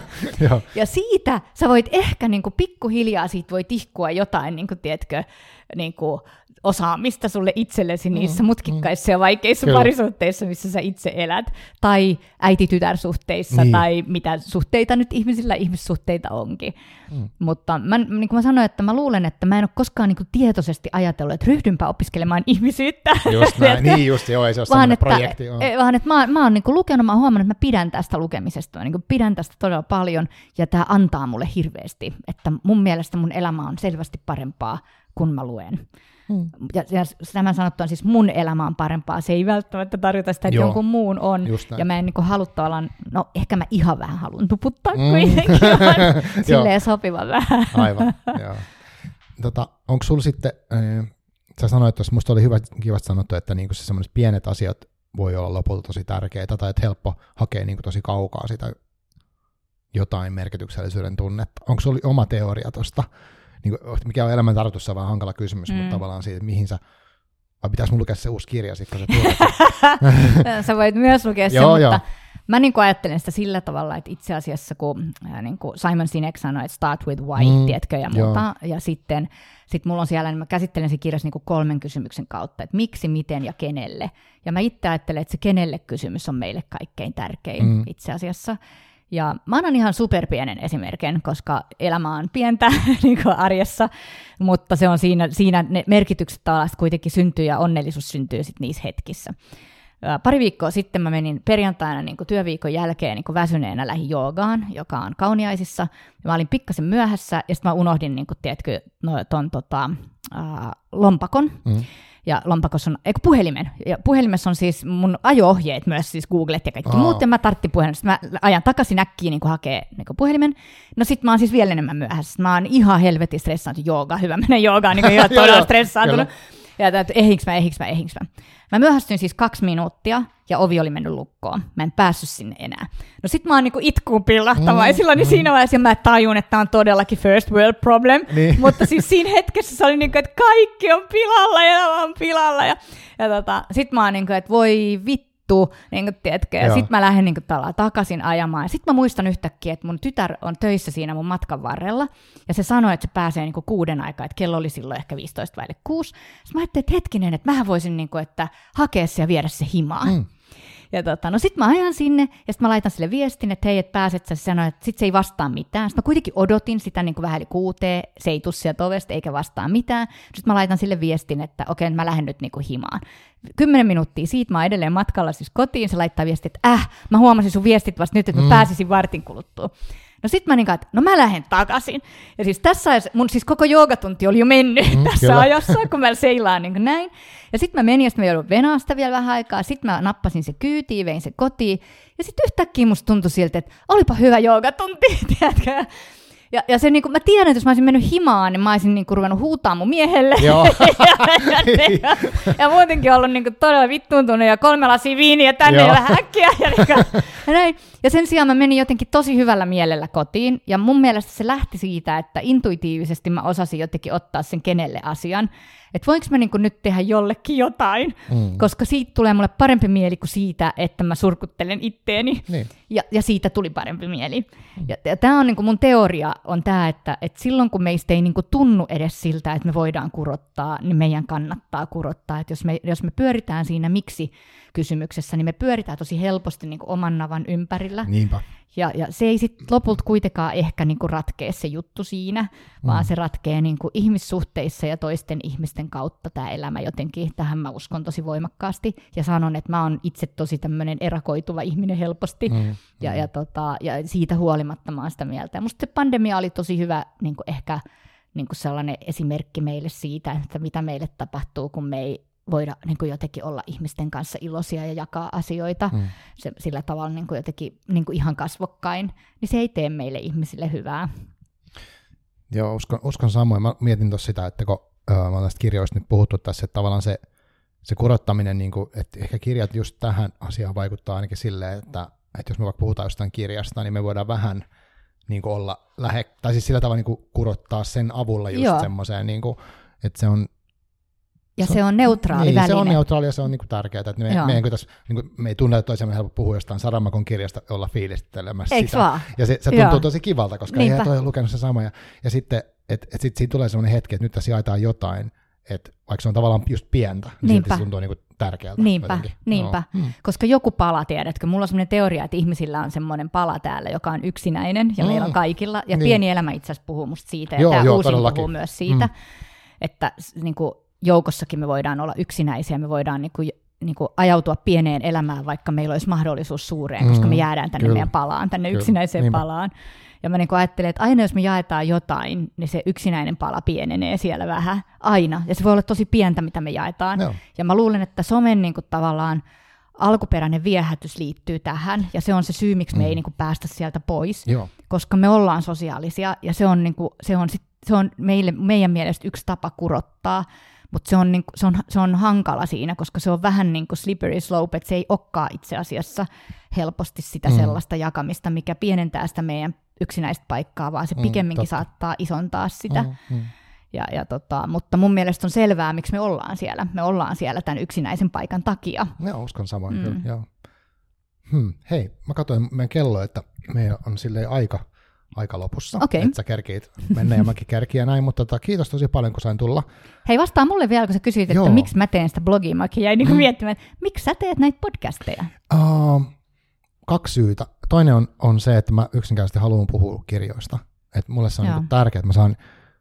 Ja siitä sä voit ehkä niin kuin pikkuhiljaa siitä voi tihkua jotain, niin kuin, tiedätkö, niin kuin osaamista sulle itsellesi niissä mm, mutkikkaissa mm. ja vaikeissa Kyllä. parisuhteissa, missä sä itse elät, tai äiti-tytär-suhteissa, niin. tai mitä suhteita nyt ihmisillä ihmissuhteita onkin. Mm. Mutta mä, niin kuin mä sanoin, että mä luulen, että mä en ole koskaan niin kuin tietoisesti ajatellut, että ryhdynpä opiskelemaan ihmisyyttä. Just näin, niin just, joo, ei se ole sellainen projekti. Joo. Vaan että mä, mä oon niin kuin lukenut, mä oon huomannut, että mä pidän tästä lukemisesta, mä niin kuin pidän tästä todella paljon, ja tämä antaa mulle hirveästi, että mun mielestä mun elämä on selvästi parempaa, kun mä luen. Hmm. Ja, ja tämän sanottua siis mun elämä on parempaa. Se ei välttämättä tarkoita sitä, että Joo, jonkun muun on. Ja mä en niin halua tavallaan, no ehkä mä ihan vähän haluan tuputtaa mm. kuitenkin, silleen sopivan vähän. Aivan, joo. Tota, onko sulla sitten, äh, sä sanoit, että musta oli hyvä, kivasti sanottu, että niinku se sellaiset pienet asiat voi olla lopulta tosi tärkeitä, tai että helppo hakea niinku tosi kaukaa sitä jotain merkityksellisyyden tunnetta. Onko sulla oma teoria tuosta? Niin kuin, mikä on elämän tarkoitus, on vähän hankala kysymys, mm. mutta tavallaan siitä, että mihin sä, vai pitäisi mun lukea se uusi kirja, sit, kun sä tulet. Sä voit myös lukea sen, joo, mutta joo. mä niin kuin ajattelen sitä sillä tavalla, että itse asiassa, kun äh, niin kuin Simon Sinek sanoi, että start with why, mm. tiedätkö, ja muuta, joo. ja sitten sit mulla on siellä, niin mä käsittelen se kirjassa niin kuin kolmen kysymyksen kautta, että miksi, miten ja kenelle. Ja mä itse ajattelen, että se kenelle kysymys on meille kaikkein tärkein mm. itse asiassa. Ja mä annan ihan superpienen esimerkin, koska elämä on pientä niin kuin arjessa, mutta se on siinä, siinä ne merkitykset taas kuitenkin syntyy ja onnellisuus syntyy sit niissä hetkissä. Pari viikkoa sitten mä menin perjantaina niin kuin työviikon jälkeen niin kuin väsyneenä lähi joogaan, joka on Kauniaisissa. Mä olin pikkasen myöhässä ja sitten mä unohdin niin kuin, tiedätkö, no, ton tota, äh, lompakon. Mm. Ja lompakossa on, eikö puhelimen, ja puhelimessa on siis mun ajo-ohjeet myös, siis Googlet ja kaikki oh. muut, ja mä tarttin puhelimen, sitten mä ajan takaisin äkkiä niin hakee niin puhelimen, no sit mä oon siis vielä enemmän myöhässä, mä oon ihan helvetin stressaantunut, jooga, hyvä mennä joogaan, niin ihan todella stressaantunut, ja että ehinkö mä, ehinkö mä, ehinkö mä. Mä myöhästyin siis kaksi minuuttia, ja ovi oli mennyt lukkoon, mä en päässyt sinne enää. No sit mä oon niinku itkuun pillahtava, mm, ja silloin mm. siinä vaiheessa mä tajun, että tää on todellakin first world problem, niin. Mutta siis siinä hetkessä se oli niinku, että kaikki on pilalla, ja elämä on pilalla, ja, ja tota, sit mä oon niinku, että voi vittu, niin kuin, tiedätkö, ja sitten mä lähden niin kuin, takaisin ajamaan. Ja sitten mä muistan yhtäkkiä, että mun tytär on töissä siinä mun matkan varrella, ja se sanoi, että se pääsee niin kuin, kuuden aikaa, että kello oli silloin ehkä viisitoista vaille kuusi. Sitten mä ajattelin, että hetkinen, että mähän voisin niin kuin, että hakea se ja viedä se himaan. Mm. Ja tota, no sit mä ajan sinne, ja sit mä laitan sille viestin, että hei, et pääset sä, sanoi, että sit se ei vastaa mitään. Sitten mä kuitenkin odotin sitä niin kuin vähän yli kuuteen, se ei tuu sieltä ovesta eikä vastaa mitään. Sitten mä laitan sille viestin, että okei, mä lähden nyt niin kuin himaan. Kymmenen minuuttia siitä mä oon edelleen matkalla siis kotiin, se laittaa viestin, että äh, mä huomasin sun viestit vasta nyt, että mä mm. pääsisin vartin kuluttua. No sit mä niin kuin, että no mä lähden takaisin. Ja siis tässä mun siis koko joogatunti oli jo mennyt mm, tässä kyllä. ajassa, kun mä seilaan niin kuin näin. Ja sit mä menin, ja sit mä joudun venaasta vielä vähän aikaa. Sit mä nappasin se kyytiin, vein se kotiin. Ja sit yhtäkkiä musta tuntui siltä, että olipa hyvä joogatunti, tiedätkö? Ja, ja se, niin kuin, mä tiedän, että jos mä olisin mennyt himaan, niin mä olisin niin kuin, ruvennut huutaa mun miehelle. Joo. ja, ja, ja muutenkin ollut niin kuin, todella vittuuntunut ja kolme lasia viiniä tänne ja vähän äkkiä. Ja, niin kuin, ja, näin. Ja sen sijaan mä menin jotenkin tosi hyvällä mielellä kotiin. Ja mun mielestä se lähti siitä, että intuitiivisesti mä osasin jotenkin ottaa sen kenelle asian. Että voinko mä niinku nyt tehdä jollekin jotain, mm. koska siitä tulee mulle parempi mieli kuin siitä, että mä surkuttelen itteeni. Niin. Ja, ja siitä tuli parempi mieli. Mm. Ja, ja tämä on niinku mun teoria on tämä, että et silloin kun meistä ei niinku tunnu edes siltä, että me voidaan kurottaa, niin meidän kannattaa kurottaa. Et jos, me, jos me pyöritään siinä miksi-kysymyksessä, niin me pyöritään tosi helposti niinku oman navan ympärillä. Niinpä. Ja, ja se ei sitten lopulta kuitenkaan ehkä niinku ratkea se juttu siinä, vaan mm. se ratkee niinku ihmissuhteissa ja toisten ihmisten kautta tämä elämä jotenkin. Tähän mä uskon tosi voimakkaasti ja sanon, että mä oon itse tosi tämmöinen erakoituva ihminen helposti mm. Ja, ja, tota, ja siitä huolimatta mä oon sitä mieltä. Ja musta se pandemia oli tosi hyvä niinku ehkä niin kuin sellainen esimerkki meille siitä, että mitä meille tapahtuu, kun me ei voida niin kuin jotenkin olla ihmisten kanssa iloisia ja jakaa asioita mm. se, sillä tavalla niin kuin jotenkin niin kuin ihan kasvokkain, niin se ei tee meille ihmisille hyvää. Joo, uskon, uskon samoin. Mä mietin tuossa sitä, että kun äh, mä olen tästä kirjoista nyt puhuttu tässä, että tavallaan se, se kurottaminen, niin kuin, että ehkä kirjat just tähän asiaan vaikuttaa ainakin silleen, että, että jos me vaikka puhutaan jostain kirjasta, niin me voidaan vähän niin kuin olla lähe, tai siis sillä tavalla niin kuin kurottaa sen avulla just semmoiseen, niin kuin, että se on ja se on, se on neutraali niin, väline. Se on neutraali ja se on niinku tärkeää. Että me, me, tässä, niinku, me ei tunne toisiamme helppo puhua jostain Saramakon kirjasta olla fiilistelemässä Eiks sitä. Vaan? Ja se, se tuntuu Joo. tosi kivalta, koska Niinpä. Ei ole lukenut se sama. Ja, ja sitten et, et sit, siitä tulee sellainen hetki, että nyt tässä jaetaan jotain, että vaikka se on tavallaan just pientä, niin Niinpä. silti se tuntuu niinku tärkeältä. Niinpä, jotenkin. Niinpä. No. Hmm. Koska joku pala, tiedätkö, mulla on sellainen teoria, että ihmisillä on semmoinen pala täällä, joka on yksinäinen, ja mm. meillä on kaikilla. Ja niin. Pieni elämä itse asiassa puhuu musta siitä, ja tämä uusin puhuu myös siitä, mm. että niinku joukossakin me voidaan olla yksinäisiä, me voidaan niinku, niinku ajautua pieneen elämään, vaikka meillä olisi mahdollisuus suureen, koska me jäädään tänne Kyllä. meidän palaan, tänne Kyllä. yksinäiseen Niinpä. palaan. Ja mä niinku ajattelen, että aina jos me jaetaan jotain, niin se yksinäinen pala pienenee siellä vähän, aina. Ja se voi olla tosi pientä, mitä me jaetaan. No. Ja mä luulen, että somen niinku tavallaan alkuperäinen viehätys liittyy tähän, ja se on se syy, miksi me mm. ei niinku päästä sieltä pois, Joo. koska me ollaan sosiaalisia, ja se on, niinku, se on, sit, se on meille, meidän mielestä yksi tapa kurottaa, mutta se on, niinku, se, on, se on hankala siinä, koska se on vähän niin kuin slippery slope, että se ei olekaan itse asiassa helposti sitä mm. sellaista jakamista, mikä pienentää sitä meidän yksinäistä paikkaa, vaan se mm, pikemminkin totta. saattaa isontaa sitä. Mm, mm. Ja, ja tota, mutta mun mielestä on selvää, miksi me ollaan siellä. Me ollaan siellä tämän yksinäisen paikan takia. Joo, uskon samoin. Mm. Kyllä, joo. Hmm, hei, mä katsoin meidän kelloa, että meillä on silleen aika, aika lopussa, okay. että sä kerkiit mennä ja mäkin kerkiin ja näin, mutta tota, kiitos tosi paljon, kun sain tulla. Hei, vastaa mulle vielä, kun sä kysyit, että Joo. miksi mä teen sitä blogia. Mäkin jäin niinku miettimään, että miksi sä teet näitä podcasteja? Uh, kaksi syytä. Toinen on, on se, että mä yksinkertaisesti haluan puhua kirjoista. Että mulle se on niinku tärkeää, että mä saan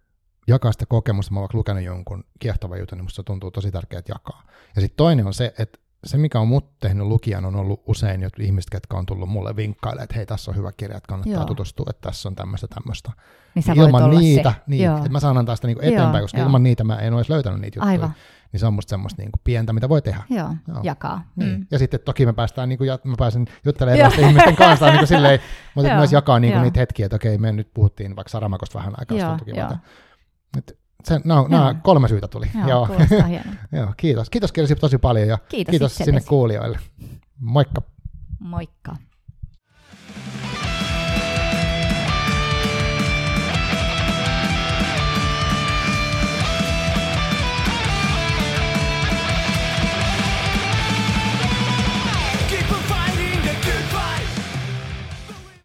jakaa sitä kokemusta. Mä oon vaikka lukenut jonkun kiehtovan jutun, niin musta se tuntuu tosi tärkeää jakaa. Ja sitten toinen on se, että se, mikä on mut tehnyt lukijan, on ollut usein jotkut ihmiset, jotka on tullut mulle vinkkailemaan, että hei, tässä on hyvä kirja, että kannattaa Joo. tutustua, että tässä on tämmöistä tämmöistä. Niin sä ilman niitä, niin, että mä saan antaa sitä niinku eteenpäin, Joo, koska jo. ilman niitä mä en olisi löytänyt niitä juttuja. Aivan. Niin se on musta semmoista niinku pientä, mitä voi tehdä. Joo, Joo. jakaa. Niin. Mm. Ja sitten toki me päästään, niinku, mä pääsen juttelemaan erilaisten ihmisten kanssa, niinku silleen, mutta myös jakaa niinku niitä hetkiä, että okei, me nyt puhuttiin vaikka Saramakosta vähän aikaa, se tuntui kivalta. Se, no, nämä kolme syytä tuli. Joo, Joo. Kuulostaa hienoa. Joo, kiitos. Kiitos Kirsi tosi paljon ja kiitos, kiitos sinne kuulijoille. Moikka. Moikka.